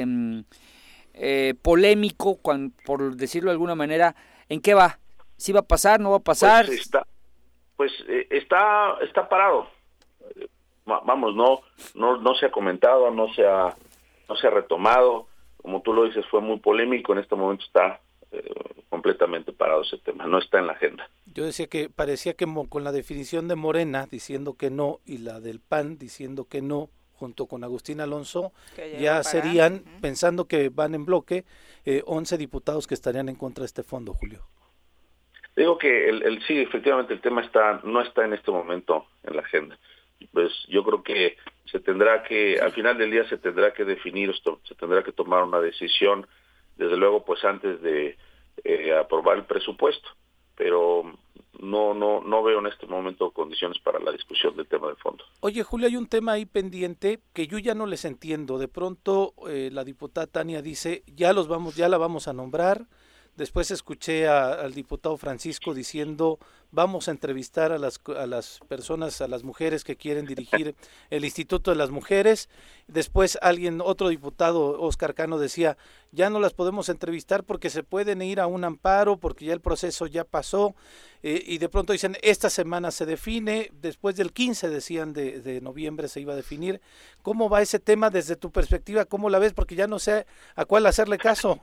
polémico, por decirlo de alguna manera, ¿en qué va? ¿Sí va a pasar, no va a pasar? Pues está parado. Vamos, no se ha comentado, no se ha retomado. Como tú lo dices, fue muy polémico. En este momento está completamente parado ese tema, no está en la agenda. Yo decía que parecía que con la definición de Morena diciendo que no y la del PAN diciendo que no, junto con Agustín Alonso, ya serían, pensando que van en bloque, 11 diputados que estarían en contra de este fondo, Julio. Digo que sí, efectivamente el tema no está en este momento en la agenda. Pues yo creo que al final del día se tendrá que definir esto, se tendrá que tomar una decisión, desde luego pues antes de aprobar el presupuesto, pero no veo en este momento condiciones para la discusión del tema de fondo. Oye, Julio, hay un tema ahí pendiente que yo ya no les entiendo. De pronto la diputada Tania dice, ya la vamos a nombrar. Después escuché al diputado Francisco diciendo, vamos a entrevistar a las personas, a las mujeres que quieren dirigir el Instituto de las Mujeres. Después otro diputado, Óscar Cano, decía, ya no las podemos entrevistar porque se pueden ir a un amparo, porque ya el proceso ya pasó. Y de pronto dicen, esta semana se define, después del 15 decían de noviembre se iba a definir. ¿Cómo va ese tema desde tu perspectiva? ¿Cómo la ves? Porque ya no sé a cuál hacerle caso.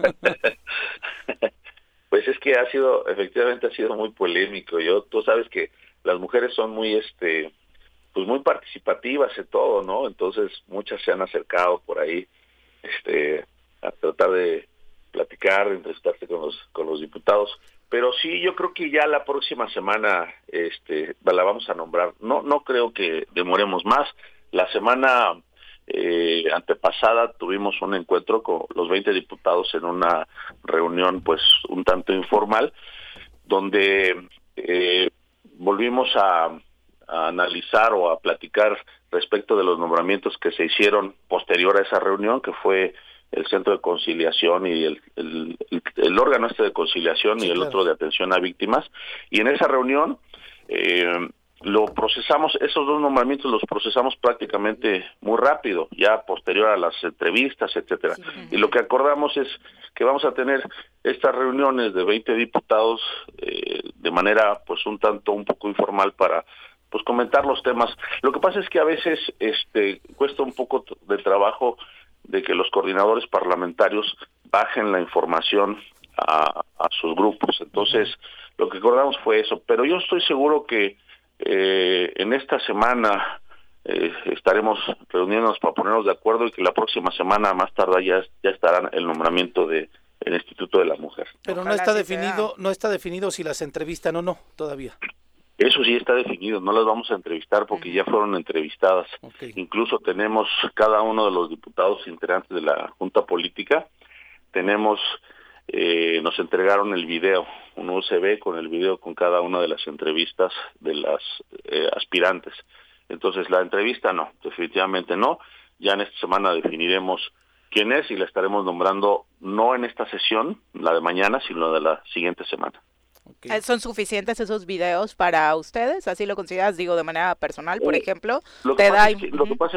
Pues es que efectivamente ha sido muy polémico. Tú sabes que las mujeres son muy pues muy participativas en todo, ¿no? Entonces muchas se han acercado por ahí a tratar de platicar, de entrevistarse con los diputados. Pero sí, yo creo que ya la próxima semana la vamos a nombrar. No creo que demoremos más. La semana antepasada tuvimos un encuentro con los 20 diputados en una reunión pues un tanto informal, donde volvimos a analizar o a platicar respecto de los nombramientos que se hicieron posterior a esa reunión, que fue el Centro de Conciliación y el órgano de conciliación, sí, y el otro de atención a víctimas. Y en esa reunión lo procesamos, esos dos nombramientos los procesamos prácticamente muy rápido, ya posterior a las entrevistas, etcétera. Sí. Y lo que acordamos es que vamos a tener estas reuniones de 20 diputados de manera pues un poco informal para pues comentar los temas. Lo que pasa es que a veces cuesta un poco de trabajo de que los coordinadores parlamentarios bajen la información a sus grupos. Entonces, lo que acordamos fue eso. Pero yo estoy seguro que en esta semana estaremos reuniéndonos para ponernos de acuerdo y que la próxima semana, más tarde, ya estará el nombramiento del Instituto de la Mujer. Pero Ojalá no está definido si las entrevistan o no todavía. Eso sí está definido, no las vamos a entrevistar porque ya fueron entrevistadas. Okay. Incluso tenemos cada uno de los diputados integrantes de la Junta Política, nos entregaron el video, un USB con el video con cada una de las entrevistas de las aspirantes. Entonces la entrevista no, definitivamente no. Ya en esta semana definiremos quién es y la estaremos nombrando no en esta sesión, la de mañana, sino de la siguiente semana. Okay. ¿Son suficientes esos videos para ustedes? ¿Así lo consideras, digo, de manera personal, por ejemplo? Lo que pasa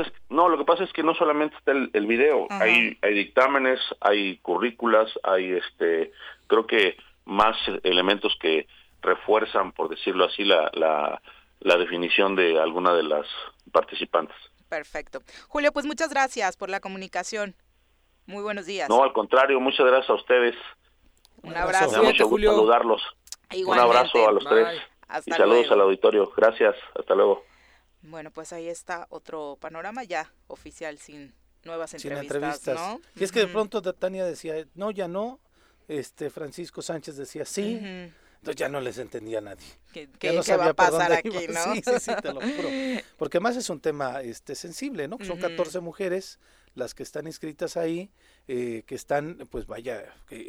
es que no solamente está el video, hay dictámenes, hay currículas, hay creo que más elementos que refuerzan, por decirlo así, la definición de alguna de las participantes. Perfecto. Julio, pues muchas gracias por la comunicación. Muy buenos días. No, al contrario, muchas gracias a ustedes. Un abrazo. Me da mucho gusto saludarlos. Igualmente. Un abrazo a los tres. Hasta y saludos luego. al auditorio. Gracias. Hasta luego. Bueno, pues ahí está otro panorama ya oficial, sin nuevas entrevistas, ¿no? Y es que de pronto Tania decía, no, ya no. Francisco Sánchez decía, sí. Entonces ya no les entendía a nadie. ¿Qué va a pasar aquí, no? Sí, te lo juro. Porque además es un tema sensible, ¿no? Son 14 mujeres las que están inscritas ahí, que están, pues vaya,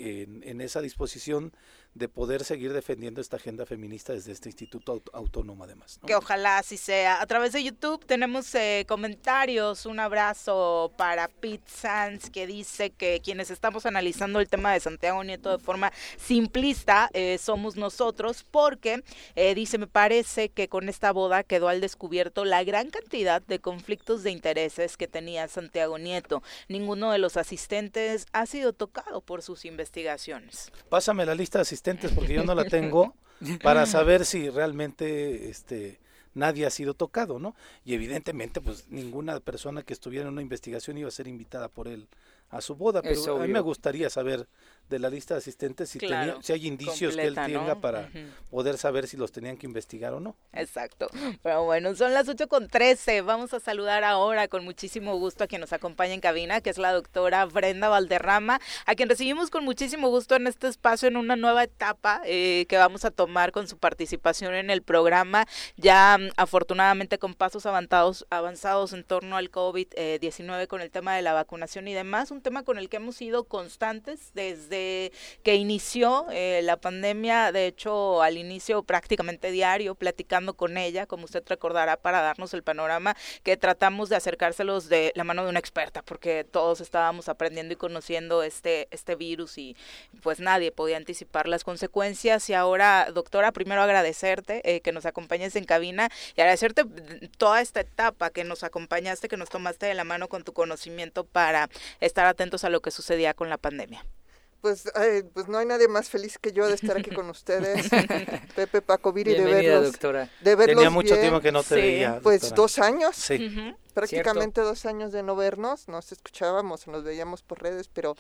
en esa disposición de poder seguir defendiendo esta agenda feminista desde este Instituto Autónomo, además, ¿no? Que ojalá así sea. A través de YouTube tenemos comentarios. Un abrazo para Pete Sanz, que dice que quienes estamos analizando el tema de Santiago Nieto de forma simplista somos nosotros, porque dice, me parece que con esta boda quedó al descubierto la gran cantidad de conflictos de intereses que tenía Santiago Nieto. Ninguno de los asistentes ha sido tocado por sus investigaciones. Pásame la lista de asistentes porque yo no la tengo para saber si realmente nadie ha sido tocado, ¿no? Y evidentemente pues ninguna persona que estuviera en una investigación iba a ser invitada por él a su boda, pero a mí me gustaría saber de la lista de asistentes si hay indicios completa, que él tenga, ¿no? Para poder saber si los tenían que investigar o no. Exacto. Pero bueno, son las 8:13. Vamos a saludar ahora con muchísimo gusto a quien nos acompaña en cabina, que es la doctora Brenda Valderrama, a quien recibimos con muchísimo gusto en este espacio, en una nueva etapa que vamos a tomar con su participación en el programa, ya afortunadamente con pasos avanzados en torno al COVID-19 con el tema de la vacunación y demás, un tema con el que hemos sido constantes desde que inició la pandemia. De hecho, al inicio prácticamente diario, platicando con ella, como usted recordará, para darnos el panorama, que tratamos de acercárselos de la mano de una experta, porque todos estábamos aprendiendo y conociendo este virus y pues nadie podía anticipar las consecuencias. Y ahora, doctora, primero agradecerte que nos acompañes en cabina y agradecerte toda esta etapa que nos acompañaste, que nos tomaste de la mano con tu conocimiento para estar atentos a lo que sucedía con la pandemia. Pues no hay nadie más feliz que yo de estar aquí con ustedes, Pepe, Paco, Viri, de verlos, doctora. Tenía mucho tiempo que no te veía, pues doctora. 2 años, sí. Prácticamente 2 años de no vernos, nos escuchábamos, nos veíamos por redes, pero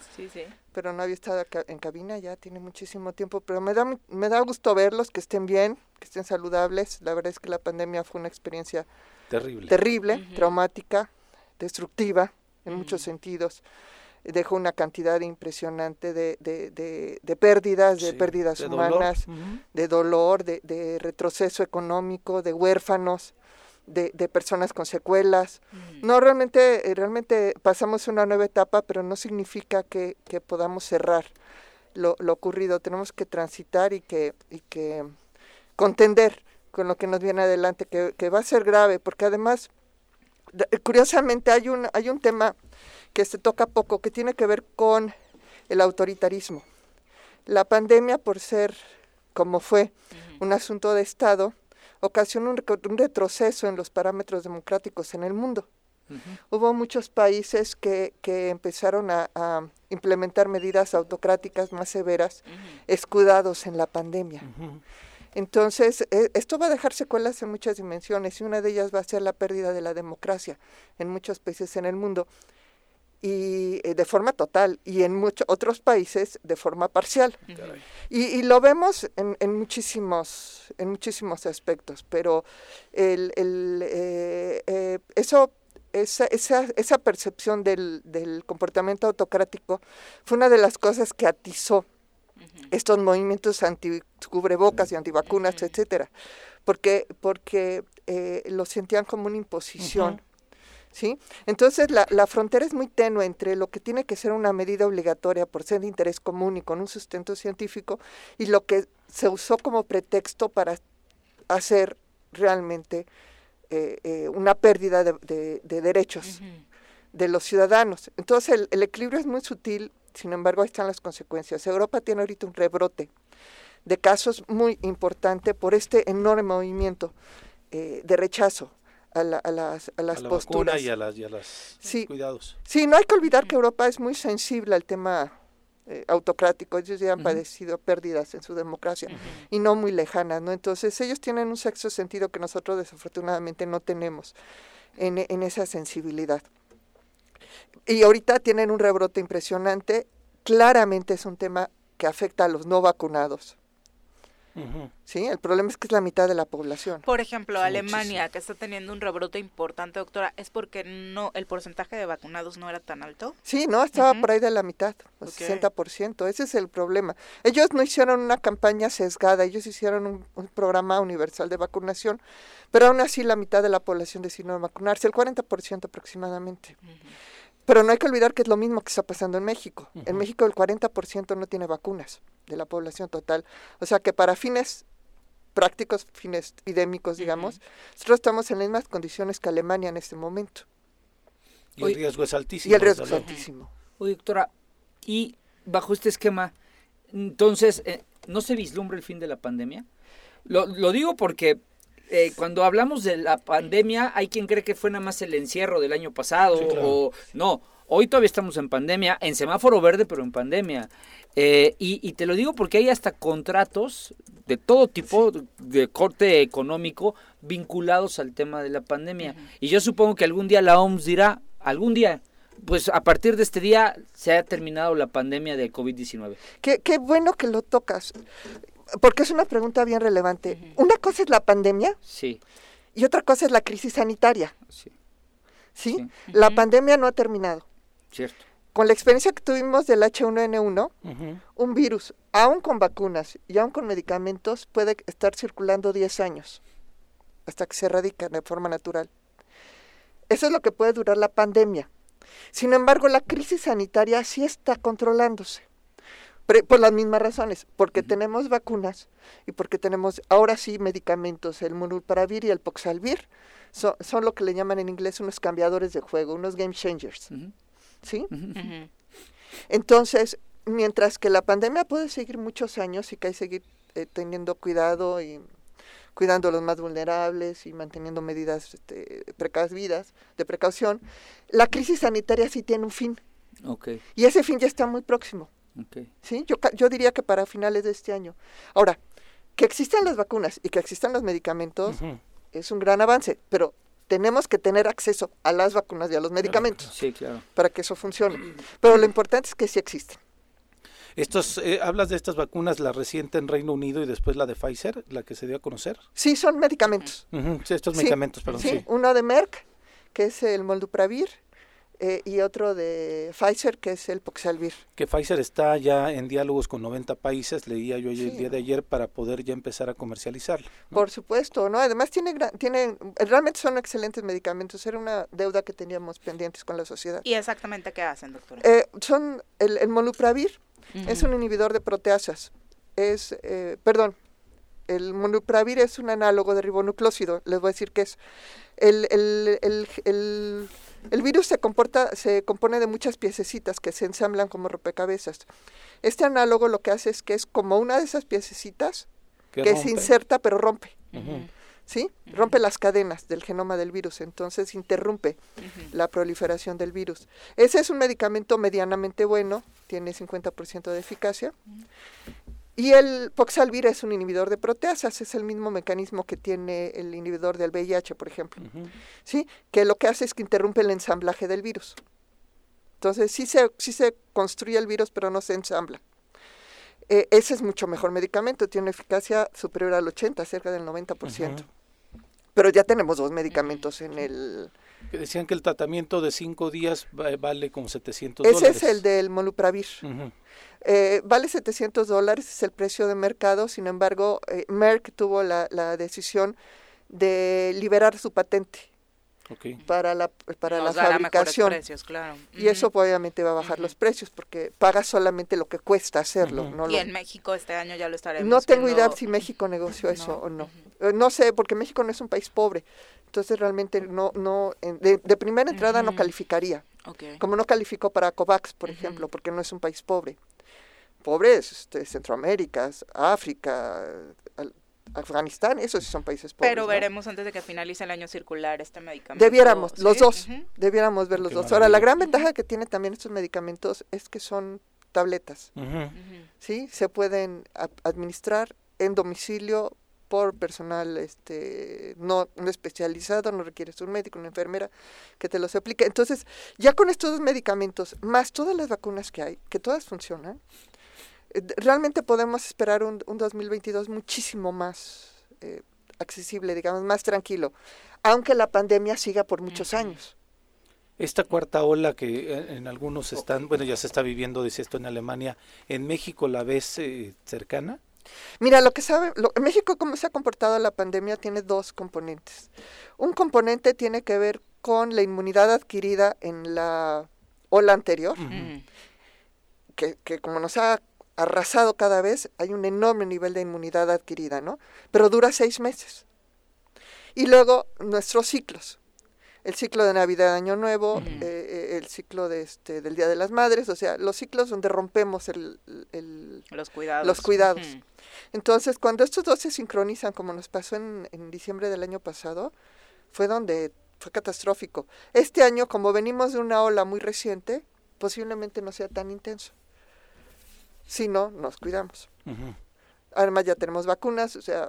no había estado en cabina, ya tiene muchísimo tiempo, pero me da gusto verlos, que estén bien, que estén saludables. La verdad es que la pandemia fue una experiencia terrible, traumática, destructiva en muchos sentidos. Dejó una cantidad impresionante de pérdidas, de pérdidas humanas, de dolor, de retroceso económico, de huérfanos, de personas con secuelas. No, realmente pasamos una nueva etapa, pero no significa que podamos cerrar lo ocurrido. Tenemos que transitar y que contender con lo que nos viene adelante, que va a ser grave, porque además, curiosamente, hay un tema que se toca poco, que tiene que ver con el autoritarismo. La pandemia, por ser como fue un asunto de Estado, ocasionó un retroceso en los parámetros democráticos en el mundo. Hubo muchos países que empezaron a implementar medidas autocráticas más severas, escudados en la pandemia. Entonces, esto va a dejar secuelas en muchas dimensiones, y una de ellas va a ser la pérdida de la democracia en muchos países en el mundo. y de forma total, y en muchos otros países de forma parcial. Y lo vemos en muchísimos aspectos, pero esa percepción del comportamiento autocrático fue una de las cosas que atizó estos movimientos anti-cubrebocas y antivacunas, etcétera, porque lo sentían como una imposición. ¿Sí? Entonces la frontera es muy tenue entre lo que tiene que ser una medida obligatoria por ser de interés común y con un sustento científico y lo que se usó como pretexto para hacer realmente una pérdida de derechos de los ciudadanos. Entonces el equilibrio es muy sutil, sin embargo ahí están las consecuencias. Europa tiene ahorita un rebrote de casos muy importante por este enorme movimiento de rechazo a las posturas. Y a las cuidados. Sí, no hay que olvidar que Europa es muy sensible al tema autocrático. Ellos ya han padecido pérdidas en su democracia y no muy lejanas, ¿no? Entonces ellos tienen un sexto sentido que nosotros desafortunadamente no tenemos en esa sensibilidad. Y ahorita tienen un rebrote impresionante. Claramente es un tema que afecta a los no vacunados. Sí, el problema es que es la mitad de la población. Por ejemplo, Alemania, que está teniendo un rebrote importante, doctora, ¿es porque el porcentaje de vacunados no era tan alto? Sí, no, estaba por ahí de la mitad, el 60%, ese es el problema. Ellos no hicieron una campaña sesgada, ellos hicieron un programa universal de vacunación, pero aún así la mitad de la población decidió vacunarse, el 40% aproximadamente. Pero no hay que olvidar que es lo mismo que está pasando en México. En México el 40% no tiene vacunas de la población total. O sea que para fines prácticos, fines epidémicos, digamos, nosotros estamos en las mismas condiciones que Alemania en este momento. Y el riesgo es altísimo. Y el riesgo es altísimo. Oye, doctora, y bajo este esquema, entonces, ¿no se vislumbra el fin de la pandemia? Lo digo porque cuando hablamos de la pandemia, hay quien cree que fue nada más el encierro del año pasado, o no, hoy todavía estamos en pandemia, en semáforo verde, pero en pandemia. Y te lo digo porque hay hasta contratos de todo tipo, de corte económico, vinculados al tema de la pandemia. Y yo supongo que algún día la OMS dirá, algún día, pues a partir de este día se ha terminado la pandemia de COVID-19. Qué bueno que lo tocas. Porque es una pregunta bien relevante. Una cosa es la pandemia y otra cosa es la crisis sanitaria. ¿Sí? La pandemia no ha terminado. Cierto. Con la experiencia que tuvimos del H1N1, un virus, aún con vacunas y aún con medicamentos, puede estar circulando 10 años hasta que se erradica de forma natural. Eso es lo que puede durar la pandemia. Sin embargo, la crisis sanitaria sí está controlándose. Por las mismas razones, porque tenemos vacunas y porque tenemos ahora sí medicamentos, el Molnupiravir y el Paxlovid, son lo que le llaman en inglés unos cambiadores de juego, unos game changers, ¿sí? Entonces, mientras que la pandemia puede seguir muchos años y que hay que seguir teniendo cuidado y cuidando a los más vulnerables y manteniendo medidas precavidas, de precaución, la crisis sanitaria sí tiene un fin. Y ese fin ya está muy próximo. ¿Sí? Yo diría que para finales de este año. Ahora, que existan las vacunas y que existan los medicamentos es un gran avance, pero tenemos que tener acceso a las vacunas y a los medicamentos para que eso funcione. Pero lo importante es que sí existen. ¿Hablas de estas vacunas, la reciente en Reino Unido y después la de Pfizer, la que se dio a conocer? Sí, son medicamentos. Sí, estos medicamentos, perdón. Sí, uno de Merck, que es el Molnupiravir, y otro de Pfizer, que es el Paxlovid. Que Pfizer está ya en diálogos con 90 países, leía yo el día de ayer, para poder ya empezar a comercializarlo, ¿no? Por supuesto, ¿no? Además realmente son excelentes medicamentos, era una deuda que teníamos pendientes con la sociedad. ¿Y exactamente qué hacen, doctora? Son el Molnupiravir, es un inhibidor de proteasas, el Molnupiravir es un análogo de ribonucleósido, les voy a decir qué es. El virus se compone de muchas piececitas que se ensamblan como rompecabezas. Este análogo lo que hace es que es como una de esas piececitas que se inserta pero rompe. ¿Sí? Rompe las cadenas del genoma del virus, entonces interrumpe la proliferación del virus. Ese es un medicamento medianamente bueno, tiene 50% de eficacia. Y el Paxlovid es un inhibidor de proteasas, es el mismo mecanismo que tiene el inhibidor del VIH, por ejemplo, ¿sí? Que lo que hace es que interrumpe el ensamblaje del virus, Entonces sí se construye el virus, pero no se ensambla. Ese es mucho mejor medicamento, tiene una eficacia superior al 80%, cerca del 90%. Pero ya tenemos 2 medicamentos en el... Que decían que el tratamiento de 5 días vale como $700. Ese es el del Molnupiravir. Vale $700, es el precio de mercado. Sin embargo, Merck tuvo la decisión de liberar su patente para la fabricación. Precios, claro. Y eso obviamente va a bajar los precios porque paga solamente lo que cuesta hacerlo. Y en México este año ya lo estaremos No tengo viendo. idea si México negoció eso o no. No sé, porque México no es un país pobre. Entonces realmente de primera entrada no calificaría. Como no calificó para COVAX, por ejemplo, porque no es un país pobre. Pobre es Centroamérica, África, Afganistán, esos sí son países pobres. Pero veremos antes de que finalice el año circular este medicamento. Debiéramos, los dos, Uh-huh. debiéramos ver los Qué dos. maravilla. Ahora, la gran ventaja que tienen también estos medicamentos es que son tabletas, ¿sí? Se pueden administrar en domicilio por personal no especializado, no requieres un médico, una enfermera que te los aplique. Entonces, ya con estos dos medicamentos, más todas las vacunas que hay, que todas funcionan, realmente podemos esperar un 2022 muchísimo más accesible, digamos, más tranquilo, aunque la pandemia siga por muchos años. Esta cuarta ola que en algunos están, bueno, ya se está viviendo, dice esto en Alemania, ¿en México la ves cercana? Mira, en México cómo se ha comportado la pandemia tiene dos componentes. Un componente tiene que ver con la inmunidad adquirida en la ola anterior, que como nos ha arrasado cada vez, hay un enorme nivel de inmunidad adquirida, ¿no? Pero dura 6 meses. Y luego nuestros ciclos. El ciclo de Navidad, Año Nuevo, el ciclo del Día de las Madres, o sea, los ciclos donde rompemos los cuidados. Los cuidados. Entonces, cuando estos dos se sincronizan, como nos pasó en diciembre del año pasado, fue catastrófico. Este año, como venimos de una ola muy reciente, posiblemente no sea tan intenso. Si no, nos cuidamos. Además, ya tenemos vacunas, o sea...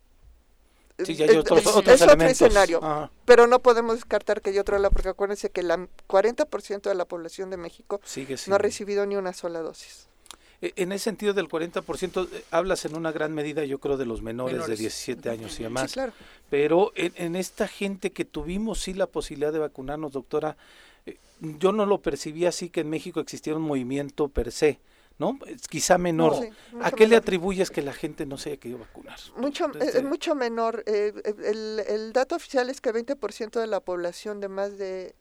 Sí, ya hay otros es otro elementos. escenario, pero no podemos descartar que hay otro lado, porque acuérdense que el 40% de la población de México no ha recibido ni una sola dosis. En ese sentido del 40%, hablas en una gran medida, yo creo, de los menores de 17 años y demás. Sí, claro. Pero en esta gente que tuvimos sí la posibilidad de vacunarnos, doctora, yo no lo percibí así que en México existiera un movimiento per se, ¿no? Quizá menor. No, sí, ¿A qué le atribuyes que la gente no se haya querido vacunar? Es mucho menor. El dato oficial es que 20% de la población de más de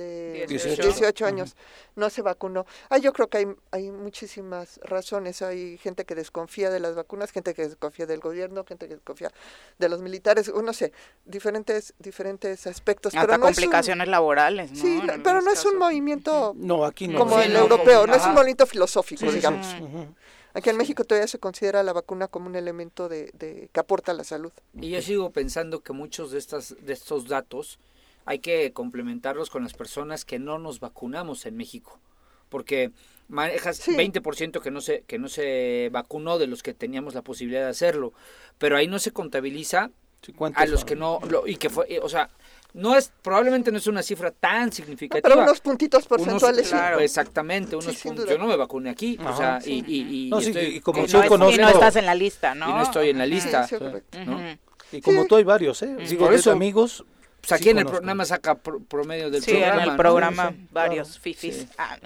18 años no se vacunó. Yo creo que hay muchísimas razones. Hay gente que desconfía de las vacunas, gente que desconfía del gobierno, gente que desconfía de los militares, no sé, diferentes aspectos. Hasta pero no complicaciones laborales, ¿no? Sí, pero no es un movimiento aquí no, como el europeo, no es un movimiento filosófico, digamos. Aquí en México todavía se considera la vacuna como un elemento que aporta a la salud. Y yo sigo pensando que muchos de estos datos hay que complementarlos con las personas que no nos vacunamos en México, porque manejas 20% que no se vacunó de los que teníamos la posibilidad de hacerlo, pero ahí no se contabiliza a los que no y que fue, o sea, probablemente no es una cifra tan significativa. Pero unos puntitos porcentuales. Claro, exactamente, unos puntos. Yo no me vacuné aquí, o sea, y como yo conozco, y no estás en la lista, ¿no? Y no estoy en la lista, ¿no? Y como tú hay varios, digo, por eso amigos. Pues aquí en el programa saca promedio del programa. Sí, en el programa varios fifis.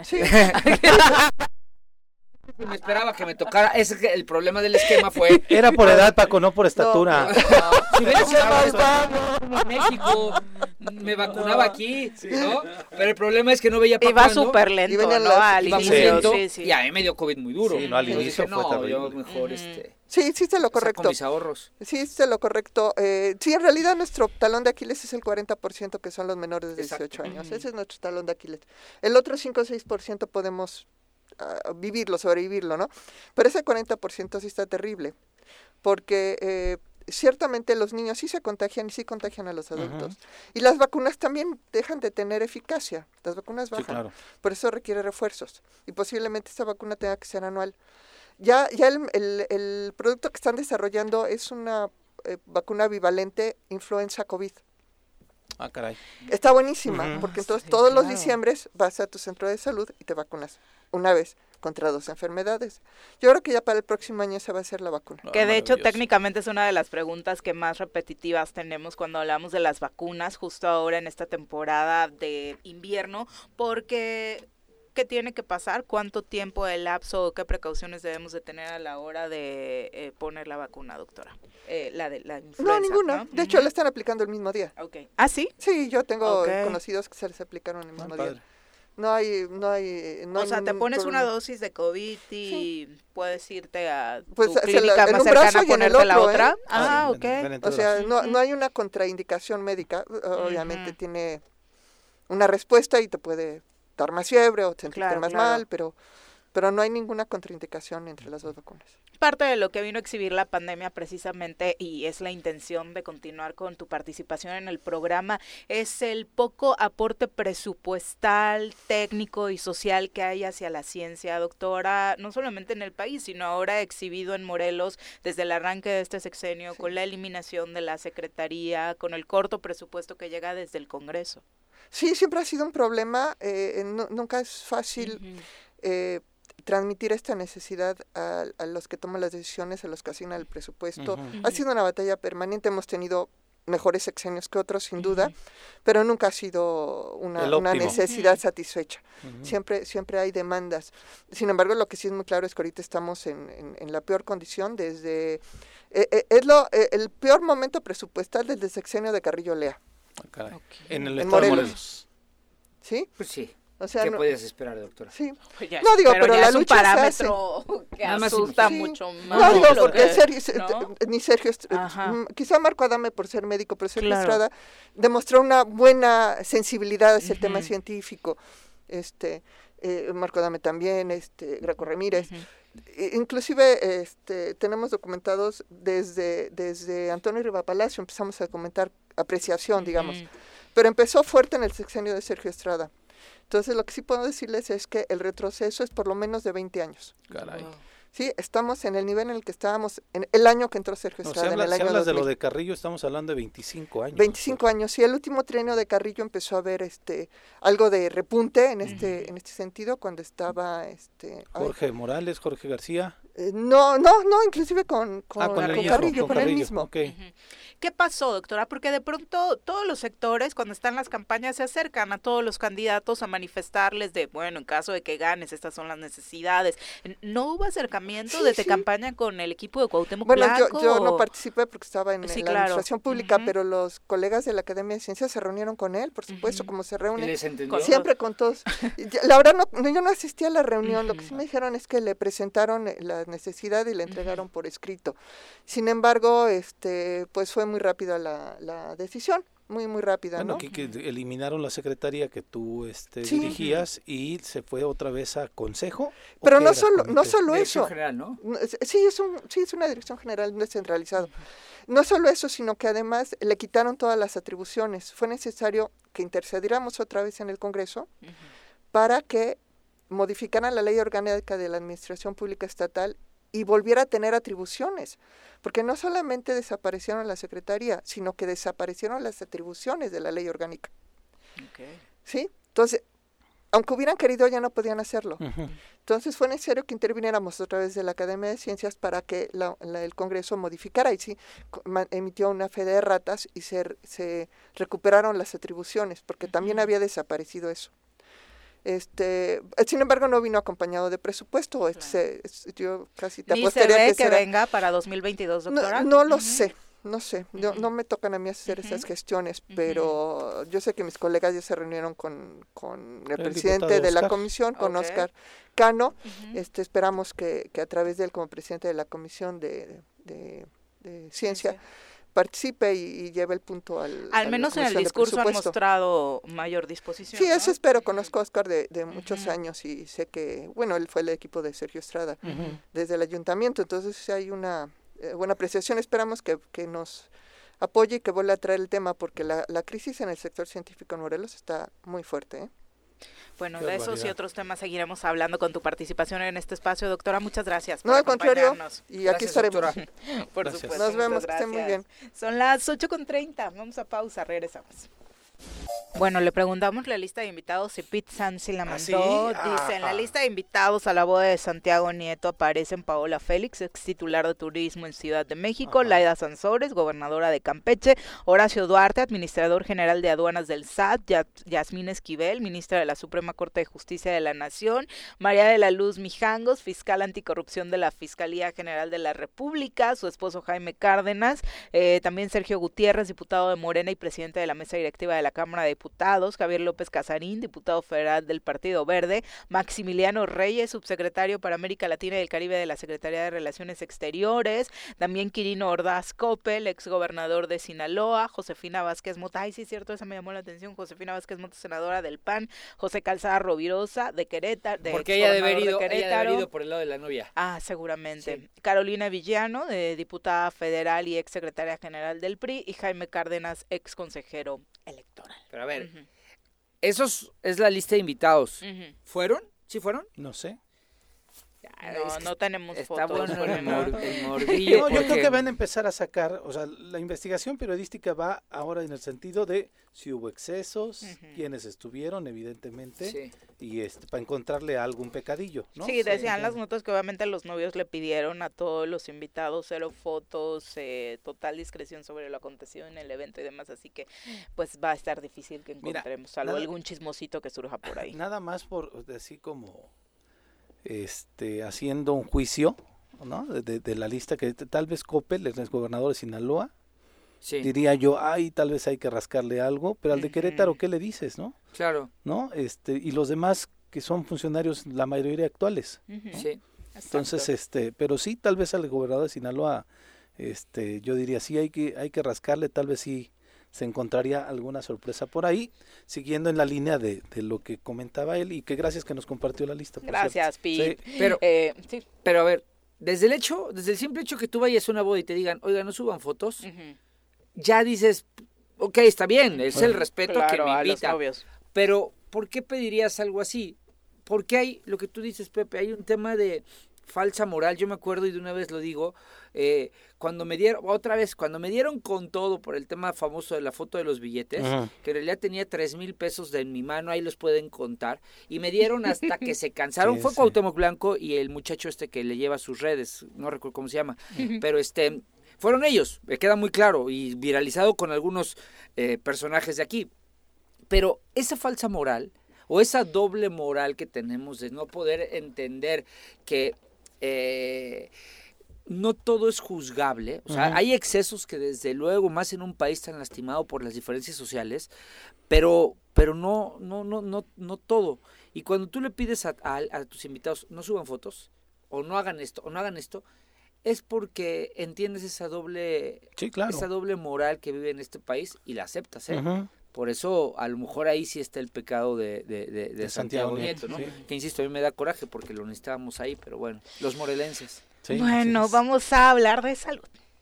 Me esperaba que me tocara. El problema del esquema fue... Era por edad, Paco, no por estatura. Si hubiera sido en México, me vacunaba aquí, ¿no? Pero el problema es que no veía Iba súper lento, ¿no? Al inicio. Y a mí me dio COVID muy duro. Sí, no, al inicio fue terrible. Yo mejor Sí, hiciste lo correcto. Saco mis ahorros. Sí, hiciste lo correcto. Sí, en realidad nuestro talón de Aquiles es el 40% que son los menores de 18 años. Ese es nuestro talón de Aquiles. El otro 5 o 6% podemos sobrevivirlo, ¿no? Pero ese 40% sí está terrible, porque ciertamente los niños sí se contagian y sí contagian a los adultos. Y las vacunas también dejan de tener eficacia. Las vacunas bajan. Sí, claro. Por eso requiere refuerzos. Y posiblemente esta vacuna tenga que ser anual. Ya el producto que están desarrollando es una vacuna bivalente influenza-COVID. Ah, caray. Está buenísima, porque entonces todos los diciembres vas a tu centro de salud y te vacunas una vez contra 2 enfermedades. Yo creo que ya para el próximo año se va a hacer la vacuna. Que de hecho técnicamente es una de las preguntas que más repetitivas tenemos cuando hablamos de las vacunas, justo ahora en esta temporada de invierno, porque ¿qué tiene que pasar? ¿Cuánto tiempo de lapso o qué precauciones debemos de tener a la hora de poner la vacuna, doctora? La de la influenza, no, ninguna. ¿No? De hecho, la están aplicando el mismo día. Okay. ¿Ah, sí? Sí, yo tengo conocidos que se les aplicaron el mismo día. No hay o sea, te pones una dosis de COVID y puedes irte a pues tu clínica más cercana a ponerte la otra. Ah, ok. O sea, no hay una contraindicación médica. Obviamente tiene una respuesta y te puede dar más fiebre o sentirte más mal, pero no hay ninguna contraindicación entre las 2 vacunas. Parte de lo que vino a exhibir la pandemia precisamente, y es la intención de continuar con tu participación en el programa, es el poco aporte presupuestal, técnico y social que hay hacia la ciencia, doctora, no solamente en el país, sino ahora exhibido en Morelos desde el arranque de este sexenio, con la eliminación de la secretaría, con el corto presupuesto que llega desde el Congreso. Sí, siempre ha sido un problema, nunca es fácil transmitir esta necesidad a los que toman las decisiones, a los que asignan el presupuesto. Ha sido una batalla permanente, hemos tenido mejores sexenios que otros, sin duda, pero nunca ha sido una necesidad satisfecha. Siempre hay demandas. Sin embargo, lo que sí es muy claro es que ahorita estamos en la peor condición desde... el peor momento presupuestal desde el sexenio de Carrillo Lea. En el estado de Morelos. ¿Sí? Pues sí. O sea, ¿qué podías esperar, doctora? Sí. Pues ya, no digo, pero la lucha es un parámetro que asusta mucho más. No digo, porque ni Sergio, quizá Marco Adame por ser médico, pero Sergio Estrada demostró una buena sensibilidad hacia el tema científico. Marco Adame también, Graco Ramírez. Inclusive tenemos documentados desde Antonio Riva Palacio, empezamos a comentar apreciación, digamos. Pero empezó fuerte en el sexenio de Sergio Estrada. Entonces, lo que sí puedo decirles es que el retroceso es por lo menos de 20 años. Caray. Sí, estamos en el nivel en el que estábamos en el año que entró Sergio Estrada. Si hablas de lo de Carrillo, estamos hablando de 25 años. 25 años, sí. El último trienio de Carrillo empezó a haber algo de repunte en este sentido cuando estaba... Jorge Morales, Jorge García. No, inclusive con Carrillo, con él mismo. Okay. ¿Qué pasó, doctora? Porque de pronto todos los sectores, cuando están las campañas, se acercan a todos los candidatos a manifestarles de, bueno, en caso de que ganes, estas son las necesidades. ¿No hubo acercamiento desde campaña con el equipo de Cuauhtémoc Blanco? Bueno, yo no participé porque estaba en la administración pública, pero los colegas de la Academia de Ciencias se reunieron con él, por supuesto, como se reúnen siempre con todos. La verdad, yo no asistí a la reunión, lo que sí me dijeron es que le presentaron la necesidad y le entregaron por escrito. Sin embargo, pues fue muy rápida la decisión, muy rápida, bueno, ¿no? Que eliminaron la secretaría que tú dirigías y se fue otra vez a consejo. Pero no solo eso. General, ¿no? Sí, es una dirección general descentralizada. No solo eso, sino que además le quitaron todas las atribuciones. Fue necesario que intercediéramos otra vez en el Congreso para que modificaran la ley orgánica de la Administración Pública Estatal y volviera a tener atribuciones, porque no solamente desaparecieron la secretaría, sino que desaparecieron las atribuciones de la ley orgánica. ¿Sí? Entonces, aunque hubieran querido, ya no podían hacerlo. Entonces fue necesario que interviniéramos otra vez de la Academia de Ciencias para que el Congreso modificara, y sí, emitió una fe de erratas y se recuperaron las atribuciones, porque también había desaparecido eso. Sin embargo, no vino acompañado de presupuesto. Yo casi te apostaría ¿Ni se ve que venga para 2022, doctora? No lo sé, no sé. No me tocan a mí hacer esas gestiones, pero yo sé que mis colegas ya se reunieron con el presidente de la comisión, con Oscar Cano. Esperamos que a través de él, como presidente de la comisión de ciencia, participe y lleve el punto al menos en el discurso han mostrado mayor disposición. Sí, eso espero. Conozco a Oscar de muchos años y sé que, bueno, él fue el equipo de Sergio Estrada desde el ayuntamiento, entonces hay una buena apreciación. Esperamos que nos apoye y que vuelva a traer el tema, porque la crisis en el sector científico en Morelos está muy fuerte. Bueno, de esos y otros temas seguiremos hablando con tu participación en este espacio, doctora. Muchas gracias por al contrario, y gracias, aquí estaremos. Por supuesto. Nos vemos, que estén muy bien. Son las 8:30, vamos a pausa, regresamos. Bueno, le preguntamos la lista de invitados y Pete Sansi la mandó. ¿Sí? Dice, en la lista de invitados a la boda de Santiago Nieto aparecen Paola Félix, ex titular de Turismo en Ciudad de México, Laida Sansores, gobernadora de Campeche, Horacio Duarte, administrador general de aduanas del SAT, Yasmín Esquivel, ministra de la Suprema Corte de Justicia de la Nación, María de la Luz Mijangos, fiscal anticorrupción de la Fiscalía General de la República, su esposo Jaime Cárdenas, también Sergio Gutiérrez, diputado de Morena y presidente de la mesa directiva de la Cámara de Diputados, Javier López Casarín, diputado federal del Partido Verde, Maximiliano Reyes, subsecretario para América Latina y el Caribe de la Secretaría de Relaciones Exteriores, también Quirino Ordaz Coppel, ex gobernador de Sinaloa, Josefina Vázquez Mota, ay sí es cierto, esa me llamó la atención, Josefina Vázquez Mota, senadora del PAN, José Calzada Rovirosa, de Querétaro, porque ella debe haber ido por el lado de la novia. Ah, seguramente. Sí. Carolina Villano, diputada federal y ex secretaria general del PRI, y Jaime Cárdenas, ex consejero electoral. Pero a ver, esos es la lista de invitados. ¿Fueron? ¿Sí fueron? No sé. No tenemos está fotos. Está bueno el mordillo. No, yo creo que van a empezar a sacar, o sea, la investigación periodística va ahora en el sentido de si hubo excesos, quiénes estuvieron, evidentemente, y para encontrarle algún pecadillo, ¿no? Sí, decían las notas que obviamente los novios le pidieron a todos los invitados 0 fotos, total discreción sobre lo acontecido en el evento y demás, así que pues va a estar difícil que encontremos algún chismosito que surja por ahí. Nada más por así como haciendo un juicio, ¿no? De la lista que tal vez Coppel, el exgobernador de Sinaloa, diría yo, tal vez hay que rascarle algo, pero al de Querétaro, ¿qué le dices, no? Claro. ¿No? Y los demás que son funcionarios, la mayoría actuales. Sí. Entonces, pero sí, tal vez al gobernador de Sinaloa, yo diría, sí, hay que rascarle, tal vez sí se encontraría alguna sorpresa por ahí, siguiendo en la línea de lo que comentaba él, y que gracias que nos compartió la lista. Gracias, Pi. Sí. Pero a ver, desde el simple hecho que tú vayas a una boda y te digan, oiga, no suban fotos, ya dices, ok, está bien, es el respeto que me invita. Pero, ¿por qué pedirías algo así? Porque hay, lo que tú dices, Pepe, hay un tema de falsa moral. Yo me acuerdo, y de una vez lo digo, cuando me dieron con todo por el tema famoso de la foto de los billetes, que en realidad tenía 3,000 pesos en mi mano, ahí los pueden contar, y me dieron hasta que se cansaron. Fue Cuauhtémoc Blanco y el muchacho que le lleva sus redes, no recuerdo cómo se llama, pero fueron ellos, me queda muy claro, y viralizado con algunos personajes de aquí. Pero esa falsa moral, o esa doble moral que tenemos de no poder entender que no todo es juzgable, o sea, hay excesos que desde luego, más en un país tan lastimado por las diferencias sociales, pero no todo. Y cuando tú le pides a tus invitados no suban fotos, o no hagan esto, es porque entiendes esa doble moral que vive en este país y la aceptas, Por eso, a lo mejor ahí sí está el pecado de Santiago Nieto, ¿no? Sí. Que insisto, a mí me da coraje porque lo necesitábamos ahí, pero bueno, los morelenses. Sí, bueno, vamos a hablar de salud.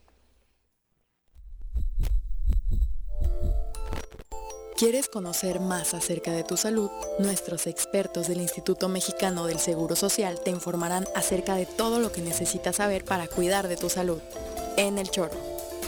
¿Quieres conocer más acerca de tu salud? Nuestros expertos del Instituto Mexicano del Seguro Social te informarán acerca de todo lo que necesitas saber para cuidar de tu salud. En El Choro.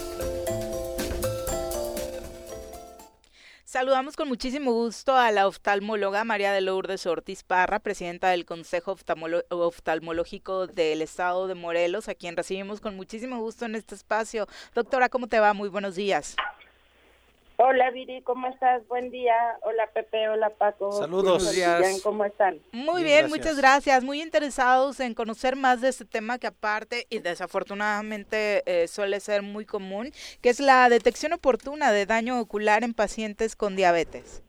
Saludamos con muchísimo gusto a la oftalmóloga María de Lourdes Ortiz Parra, presidenta del Consejo Oftalmológico del Estado de Morelos, a quien recibimos con muchísimo gusto en este espacio. Doctora, ¿cómo te va? Muy buenos días. Hola Viri, ¿cómo estás? Buen día. Hola Pepe, hola Paco. Saludos. Buenos días. ¿Cómo están? Muy bien, muchas gracias. Muy interesados en conocer más de este tema que aparte y desafortunadamente suele ser muy común, que es la detección oportuna de daño ocular en pacientes con diabetes.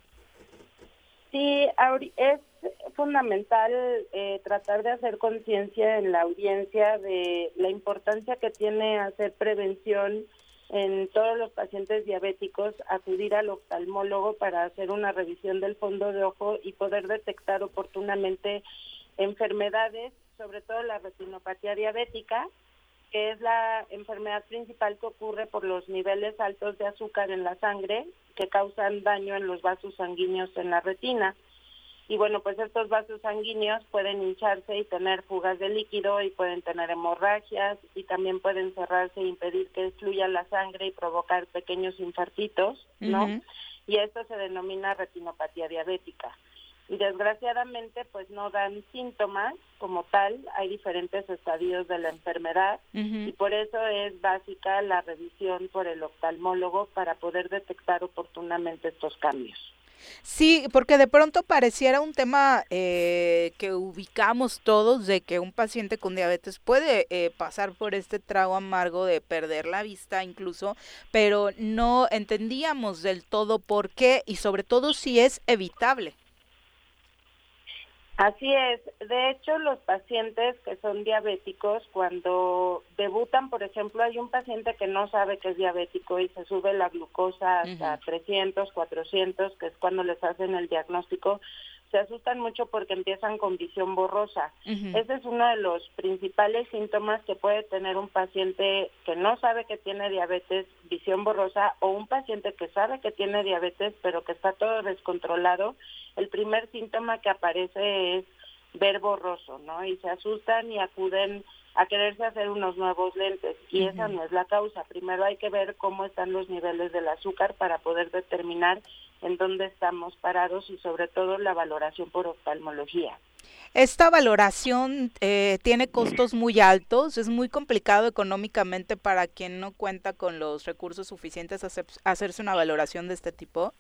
Sí, es fundamental tratar de hacer conciencia en la audiencia de la importancia que tiene hacer prevención en todos los pacientes diabéticos, acudir al oftalmólogo para hacer una revisión del fondo de ojo y poder detectar oportunamente enfermedades, sobre todo la retinopatía diabética, que es la enfermedad principal que ocurre por los niveles altos de azúcar en la sangre, que causan daño en los vasos sanguíneos en la retina. Y bueno, pues estos vasos sanguíneos pueden hincharse y tener fugas de líquido y pueden tener hemorragias y también pueden cerrarse e impedir que fluya la sangre y provocar pequeños infartitos, ¿no? y esto se denomina retinopatía diabética. Y desgraciadamente pues no dan síntomas como tal, hay diferentes estadios de la enfermedad y por eso es básica la revisión por el oftalmólogo para poder detectar oportunamente estos cambios. Sí, porque de pronto pareciera un tema que ubicamos todos de que un paciente con diabetes puede pasar por este trago amargo de perder la vista incluso, pero no entendíamos del todo por qué y sobre todo si es evitable. Así es. De hecho, los pacientes que son diabéticos, cuando debutan, por ejemplo, hay un paciente que no sabe que es diabético y se sube la glucosa hasta 300, 400, que es cuando les hacen el diagnóstico, se asustan mucho porque empiezan con visión borrosa. Ese es uno de los principales síntomas que puede tener un paciente que no sabe que tiene diabetes, visión borrosa, o un paciente que sabe que tiene diabetes pero que está todo descontrolado. El primer síntoma que aparece es ver borroso, ¿no? Y se asustan y acuden a quererse hacer unos nuevos lentes, y esa no es la causa. Primero hay que ver cómo están los niveles del azúcar para poder determinar en dónde estamos parados y sobre todo la valoración por oftalmología. Esta valoración tiene costos muy altos, es muy complicado económicamente para quien no cuenta con los recursos suficientes hacerse una valoración de este tipo.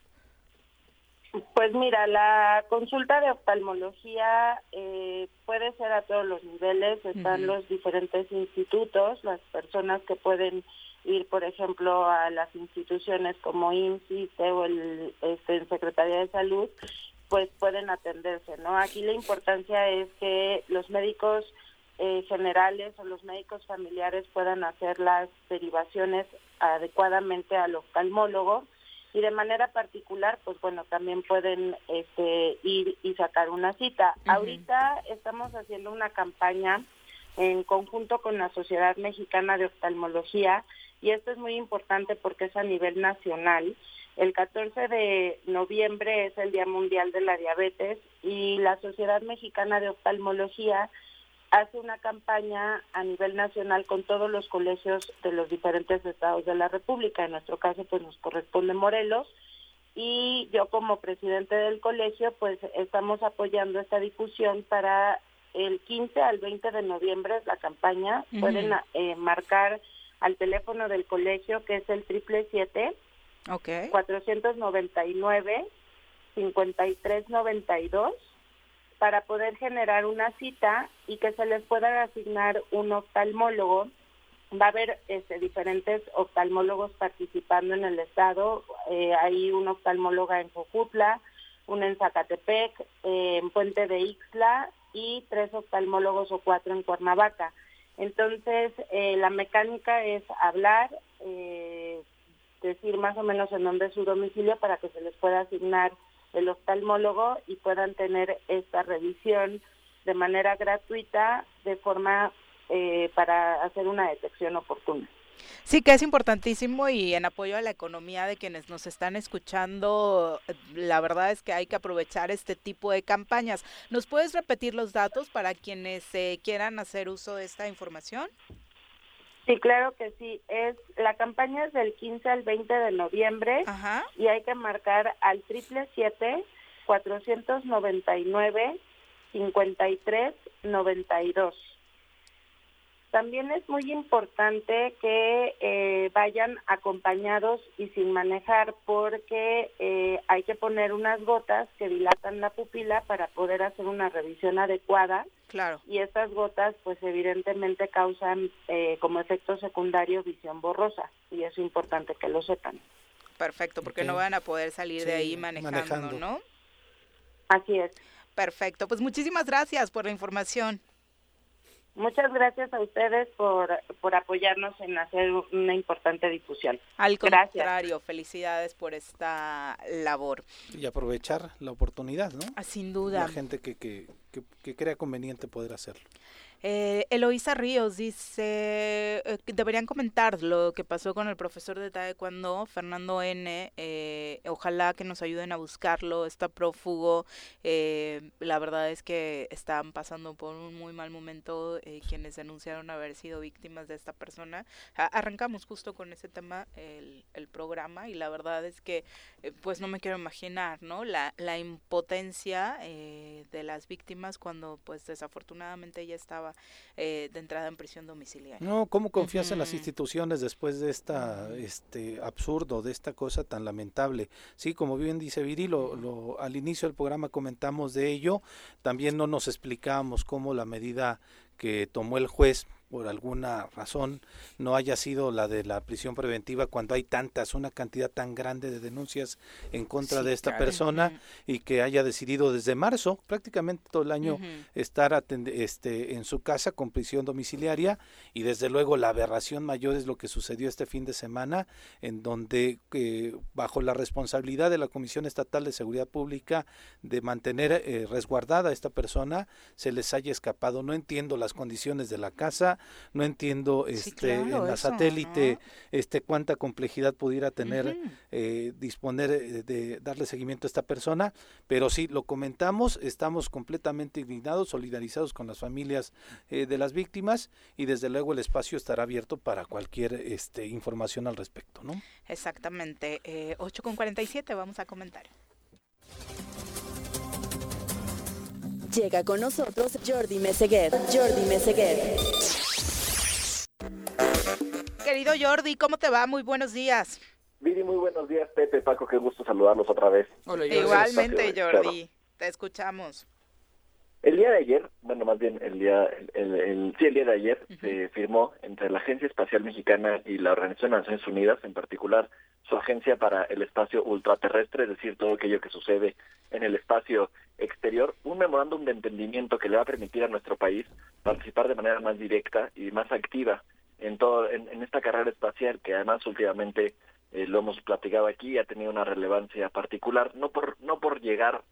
Pues mira, la consulta de oftalmología puede ser a todos los niveles, están los diferentes institutos, las personas que pueden ir, por ejemplo, a las instituciones como IMSS, ISSSTE o el Secretaría de Salud, pues pueden atenderse, ¿no? Aquí la importancia es que los médicos generales o los médicos familiares puedan hacer las derivaciones adecuadamente al oftalmólogo, y de manera particular, pues bueno, también pueden ir y sacar una cita. Ahorita estamos haciendo una campaña en conjunto con la Sociedad Mexicana de Oftalmología, y esto es muy importante porque es a nivel nacional. El 14 de noviembre es el Día Mundial de la Diabetes, y la Sociedad Mexicana de Oftalmología hace una campaña a nivel nacional con todos los colegios de los diferentes estados de la República. En nuestro caso, pues nos corresponde Morelos, y yo como presidente del colegio, pues estamos apoyando esta difusión para el 15 al 20 de noviembre es la campaña. Pueden marcar al teléfono del colegio, que es el 777-499-5392, para poder generar una cita y que se les pueda asignar un oftalmólogo. Va a haber diferentes oftalmólogos participando en el estado. Hay una oftalmóloga en Jojutla, una en Zacatepec, en Puente de Ixtla, y 3 oftalmólogos o 4 en Cuernavaca. Entonces, la mecánica es hablar, decir más o menos en dónde es su domicilio para que se les pueda asignar el oftalmólogo y puedan tener esta revisión de manera gratuita, de forma para hacer una detección oportuna. Sí, que es importantísimo, y en apoyo a la economía de quienes nos están escuchando, la verdad es que hay que aprovechar este tipo de campañas. ¿Nos puedes repetir los datos para quienes quieran hacer uso de esta información? Sí, claro que sí. La campaña es del 15 al 20 de noviembre y hay que marcar al 777-499-5392. También es muy importante que vayan acompañados y sin manejar, porque hay que poner unas gotas que dilatan la pupila para poder hacer una revisión adecuada. Claro. Y estas gotas, pues evidentemente causan como efecto secundario visión borrosa, y es importante que lo sepan. Perfecto, porque no van a poder salir de ahí manejando, ¿no? Así es. Perfecto, pues muchísimas gracias por la información. Muchas gracias a ustedes por apoyarnos en hacer una importante difusión. Al contrario, felicidades por esta labor. Y aprovechar la oportunidad, ¿no? Sin duda. La gente que crea conveniente poder hacerlo. Eloísa Ríos dice, deberían comentar lo que pasó con el profesor de taekwondo, Fernando N. Ojalá que nos ayuden a buscarlo, está prófugo. La verdad es que están pasando por un muy mal momento quienes denunciaron haber sido víctimas de esta persona. Arrancamos justo con ese tema el programa, y la verdad es que pues no me quiero imaginar, ¿no? La impotencia de las víctimas cuando pues desafortunadamente ella estaba de entrada en prisión domiciliaria. No, ¿cómo confías en las instituciones después de absurdo, de esta cosa tan lamentable? Sí, como bien dice Viri, al inicio del programa comentamos de ello, también no nos explicábamos cómo la medida que tomó el juez por alguna razón no haya sido la de la prisión preventiva cuando hay una cantidad tan grande de denuncias en contra de esta persona, y que haya decidido desde marzo, prácticamente todo el año, estar en su casa con prisión domiciliaria. Y desde luego la aberración mayor es lo que sucedió este fin de semana, en donde bajo la responsabilidad de la Comisión Estatal de Seguridad Pública de mantener resguardada a esta persona, se les haya escapado. No entiendo las condiciones de la casa, no entiendo en la satélite, ¿no? Cuánta complejidad pudiera tener disponer de darle seguimiento a esta persona, pero sí, lo comentamos, estamos completamente indignados, solidarizados con las familias de las víctimas, y desde luego el espacio estará abierto para cualquier información al respecto, ¿no? Exactamente. 8:47, vamos a comentar. Llega con nosotros Jordi Meseguer. Querido Jordi, ¿cómo te va? Muy buenos días. Viri, muy buenos días, Pepe, Paco, qué gusto saludarlos otra vez. Hola, Jordi. Igualmente, Jordi, te escuchamos. El día de ayer, bueno, más bien el día de ayer, se firmó entre la Agencia Espacial Mexicana y la Organización de Naciones Unidas, en particular su agencia para el espacio ultraterrestre, es decir, todo aquello que sucede en el espacio exterior, un memorándum de entendimiento que le va a permitir a nuestro país participar de manera más directa y más activa en esta carrera espacial, que además últimamente lo hemos platicado aquí, ha tenido una relevancia particular, no por llegar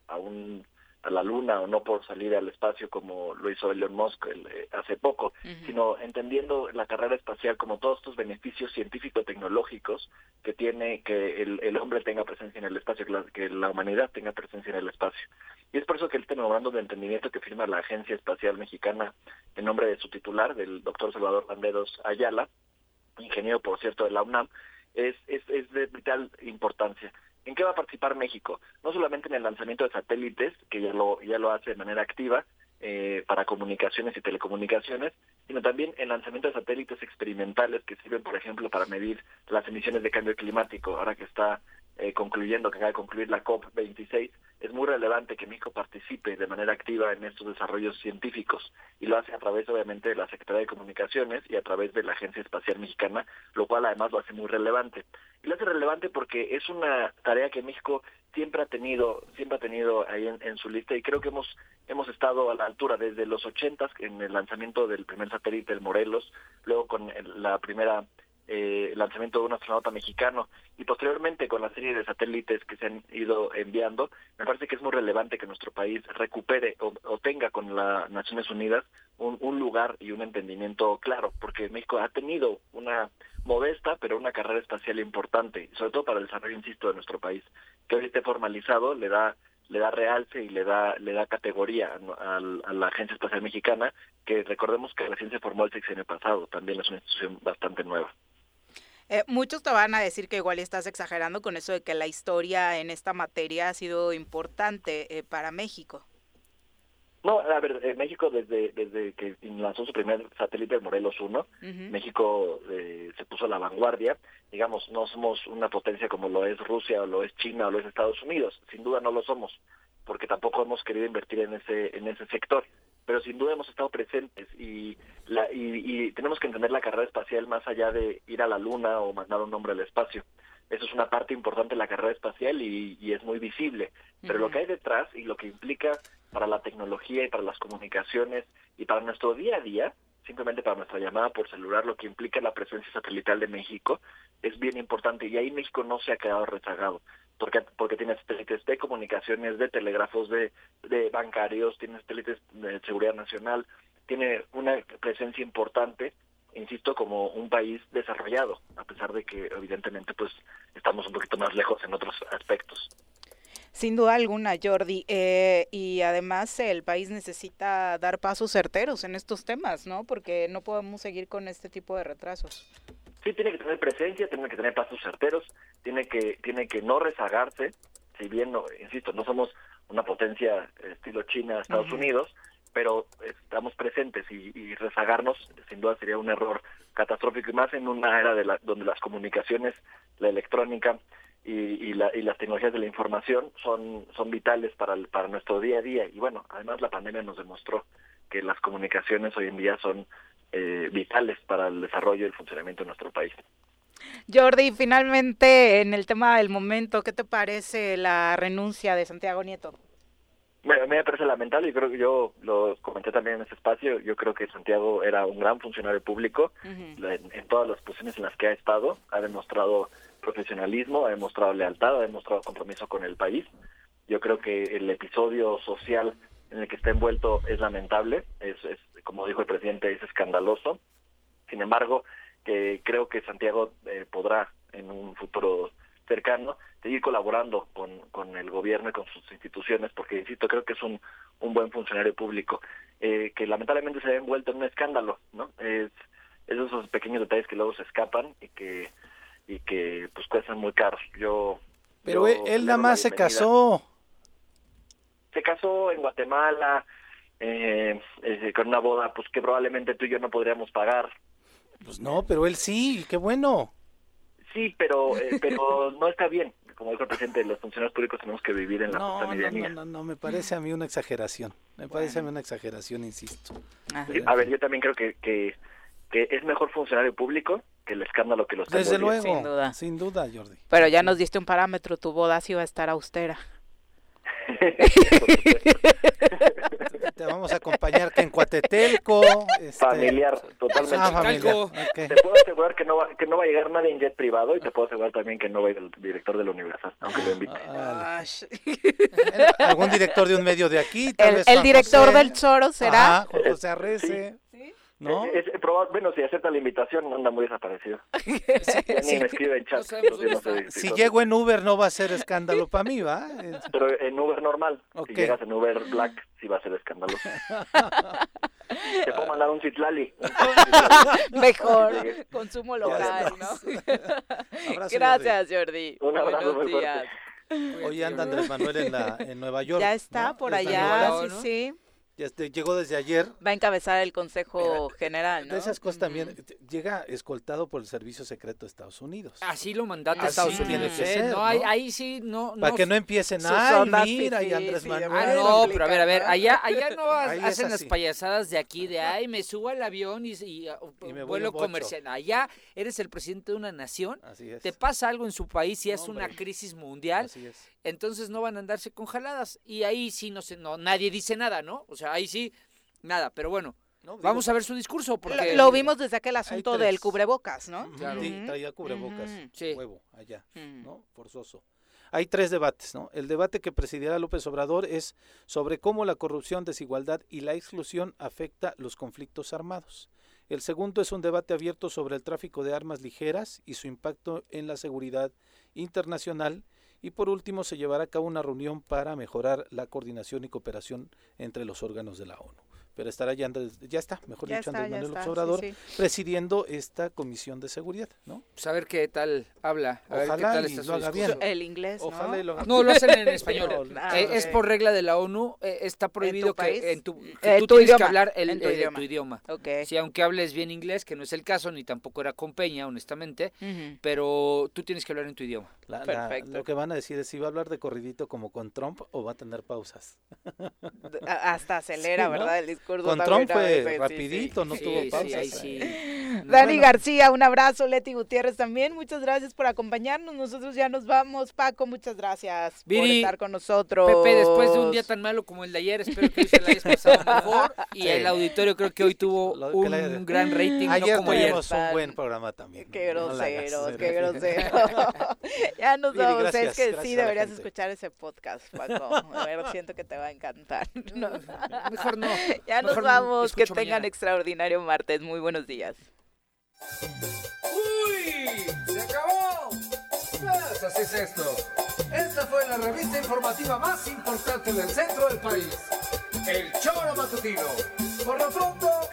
a la Luna o no por salir al espacio como lo hizo Elon Musk hace poco, sino entendiendo la carrera espacial como todos estos beneficios científico-tecnológicos que tiene que el hombre tenga presencia en el espacio, que la humanidad tenga presencia en el espacio. Y es por eso que este memorando de entendimiento que firma la Agencia Espacial Mexicana en nombre de su titular, del doctor Salvador Landeros Ayala, ingeniero, por cierto, de la UNAM, es de vital importancia. ¿En qué va a participar México? No solamente en el lanzamiento de satélites, que ya lo hace de manera activa para comunicaciones y telecomunicaciones, sino también el lanzamiento de satélites experimentales que sirven, por ejemplo, para medir las emisiones de cambio climático. Ahora que está que acaba de concluir la COP26, es muy relevante que México participe de manera activa en estos desarrollos científicos, y lo hace a través, obviamente, de la Secretaría de Comunicaciones y a través de la Agencia Espacial Mexicana, lo cual además lo hace muy relevante. Y lo hace relevante porque es una tarea que México siempre ha tenido ahí en su lista, y creo que hemos estado a la altura desde los 80s en el lanzamiento del primer satélite, el Morelos, luego con la primera lanzamiento de un astronauta mexicano, y posteriormente con la serie de satélites que se han ido enviando. Me parece que es muy relevante que nuestro país recupere o tenga con las Naciones Unidas un lugar y un entendimiento claro, porque México ha tenido una modesta pero una carrera espacial importante, sobre todo para el desarrollo, insisto, de nuestro país. Que hoy esté formalizado le da realce y le da categoría a la Agencia Espacial Mexicana, que recordemos que recién se formó el sexenio pasado, también es una institución bastante nueva. Muchos te van a decir que igual estás exagerando con eso de que la historia en esta materia ha sido importante para México. No, a ver, México desde que lanzó su primer satélite, el Morelos 1, México se puso a la vanguardia. Digamos, no somos una potencia como lo es Rusia o lo es China o lo es Estados Unidos, sin duda no lo somos, porque tampoco hemos querido invertir en ese sector, pero sin duda hemos estado presentes y tenemos que entender la carrera espacial más allá de ir a la Luna o mandar un hombre al espacio. Eso es una parte importante de la carrera espacial y es muy visible, pero lo que hay detrás y lo que implica para la tecnología y para las comunicaciones y para nuestro día a día, simplemente para nuestra llamada por celular, lo que implica la presencia satelital de México es bien importante, y ahí México no se ha quedado rezagado, porque tiene satélites de comunicaciones, de telégrafos, de bancarios, tiene satélites de seguridad nacional, tiene una presencia importante, insisto, como un país desarrollado, a pesar de que evidentemente pues estamos un poquito más lejos en otros aspectos. Sin duda alguna, Jordi, y además el país necesita dar pasos certeros en estos temas, ¿no? Porque no podemos seguir con este tipo de retrasos. Sí, tiene que tener presencia, tiene que tener pasos certeros, tiene que no rezagarse, si bien, insisto, no somos una potencia estilo China, Estados Unidos, pero estamos presentes y rezagarnos sin duda sería un error catastrófico, y más en una era donde las comunicaciones, la electrónica y las tecnologías de la información son vitales para nuestro día a día. Y bueno, además la pandemia nos demostró que las comunicaciones hoy en día son vitales para el desarrollo y el funcionamiento de nuestro país. Jordi, finalmente en el tema del momento, ¿qué te parece la renuncia de Santiago Nieto? Bueno, a mí me parece lamentable, y creo que yo lo comenté también en ese espacio. Yo creo que Santiago era un gran funcionario público. En todas las posiciones en las que ha estado, ha demostrado profesionalismo, ha demostrado lealtad, ha demostrado compromiso con el país. Yo creo que el episodio social en el que está envuelto es lamentable, es como dijo el presidente, es escandaloso. Sin embargo, que creo que Santiago podrá en un futuro cercano seguir colaborando con el gobierno y con sus instituciones, porque, insisto, creo que es un buen funcionario público, que lamentablemente se ve envuelto en un escándalo, ¿no? Es esos pequeños detalles que luego se escapan y que pues cuestan muy caros. Pero él nada más se casó. Se casó en Guatemala, con una boda pues que probablemente tú y yo no podríamos pagar. Pues no, pero él sí, qué bueno. Sí, pero no está bien. Como dijo el presidente, los funcionarios públicos tenemos que vivir en la medianía. No, me parece a mí una exageración. Parece a mí una exageración, insisto. A ver, yo también creo que es mejor funcionario público que el escándalo que los está Desde envolviendo. luego, sin duda, Jordi. Pero ya nos diste un parámetro, tu boda sí va a estar austera. Te vamos a acompañar que en Coatetelco, familiar, totalmente. Familiar. Okay. Te puedo asegurar que no va a llegar nadie en jet privado, y te puedo asegurar también que no va a ir el director de la Universal, aunque lo invite. Algún director de un medio de aquí, el director del Choro será Juan José Arrece. Sí. ¿No? Bueno, si acepta la invitación, anda muy desaparecido. Ni me escribe en chat. Si llego en Uber no va a ser escándalo para mí, ¿va? Pero en Uber normal. Okay. Si llegas en Uber Black, sí va a ser escándalo. Te puedo mandar un Citlali. Mejor, consumo local, ¿no? Gracias, Jordi. Un abrazo muy días. Hoy anda Andrés Manuel en Nueva York. Ya está, ¿no? Por allá, sí. Llegó desde ayer. Va a encabezar el Consejo General, ¿no? De esas cosas también, llega escoltado por el Servicio Secreto de Estados Unidos. Así lo mandata Estados Unidos, ser, ¿no? Ahí sí, no. Para que no empiecen, mira, y Andrés Manuel. No, pero a ver, allá no hacen las payasadas de aquí, me subo al avión y vuelo comercial. Allá eres el presidente de una nación, te pasa algo en su país y es una crisis mundial, entonces no van a andarse con jaladas, y ahí sí nadie dice nada, ¿no? O sea, ahí sí, nada, pero bueno, vamos a ver su discurso. Porque lo vimos desde aquel asunto del cubrebocas, ¿no? Claro. Sí, traía cubrebocas, huevo, allá, ¿no? Forzoso. Hay 3 debates, ¿no? El debate que presidirá López Obrador es sobre cómo la corrupción, desigualdad y la exclusión afecta los conflictos armados. El segundo es un debate abierto sobre el tráfico de armas ligeras y su impacto en la seguridad internacional. Y por último, se llevará a cabo una reunión para mejorar la coordinación y cooperación entre los órganos de la ONU. Pero estará Andrés Manuel López Obrador presidiendo esta comisión de seguridad, ¿no? Pues a ver qué tal habla. Ojalá qué tal y lo haga bien. El inglés, ¿no? Ojalá y lo haga. No, lo hacen en español. Es por regla de la ONU, está prohibido que tú tienes que hablar tu idioma. Okay. Sí, aunque hables bien inglés, que no es el caso, ni tampoco era con Peña, honestamente, pero tú tienes que hablar en tu idioma. Perfecto. Lo que van a decir es si va a hablar de corridito como con Trump o va a tener pausas. Hasta acelera, sí, ¿no? ¿Verdad? El discurso con Trump fue rapidito, no tuvo pausas. Dani García, un abrazo. Leti Gutiérrez también, muchas gracias por acompañarnos. Nosotros ya nos vamos. Paco, muchas gracias por estar con nosotros. Pepe, después de un día tan malo como el de ayer, espero que hoy se la hayas pasado mejor. Y el auditorio creo que hoy tuvo un gran rating. Ayer no como tuvimos un buen programa también. Qué groseros, qué groseros. Ya nos vamos. Es que sí deberías escuchar ese podcast, Paco. A ver, siento que te va a encantar. Mejor no. Ya nos vamos, que tengan extraordinario martes. Muy buenos días. ¡Uy! ¡Se acabó! Pues así es esto. Esta fue la revista informativa más importante del centro del país. El Choro Matutino. Por lo pronto,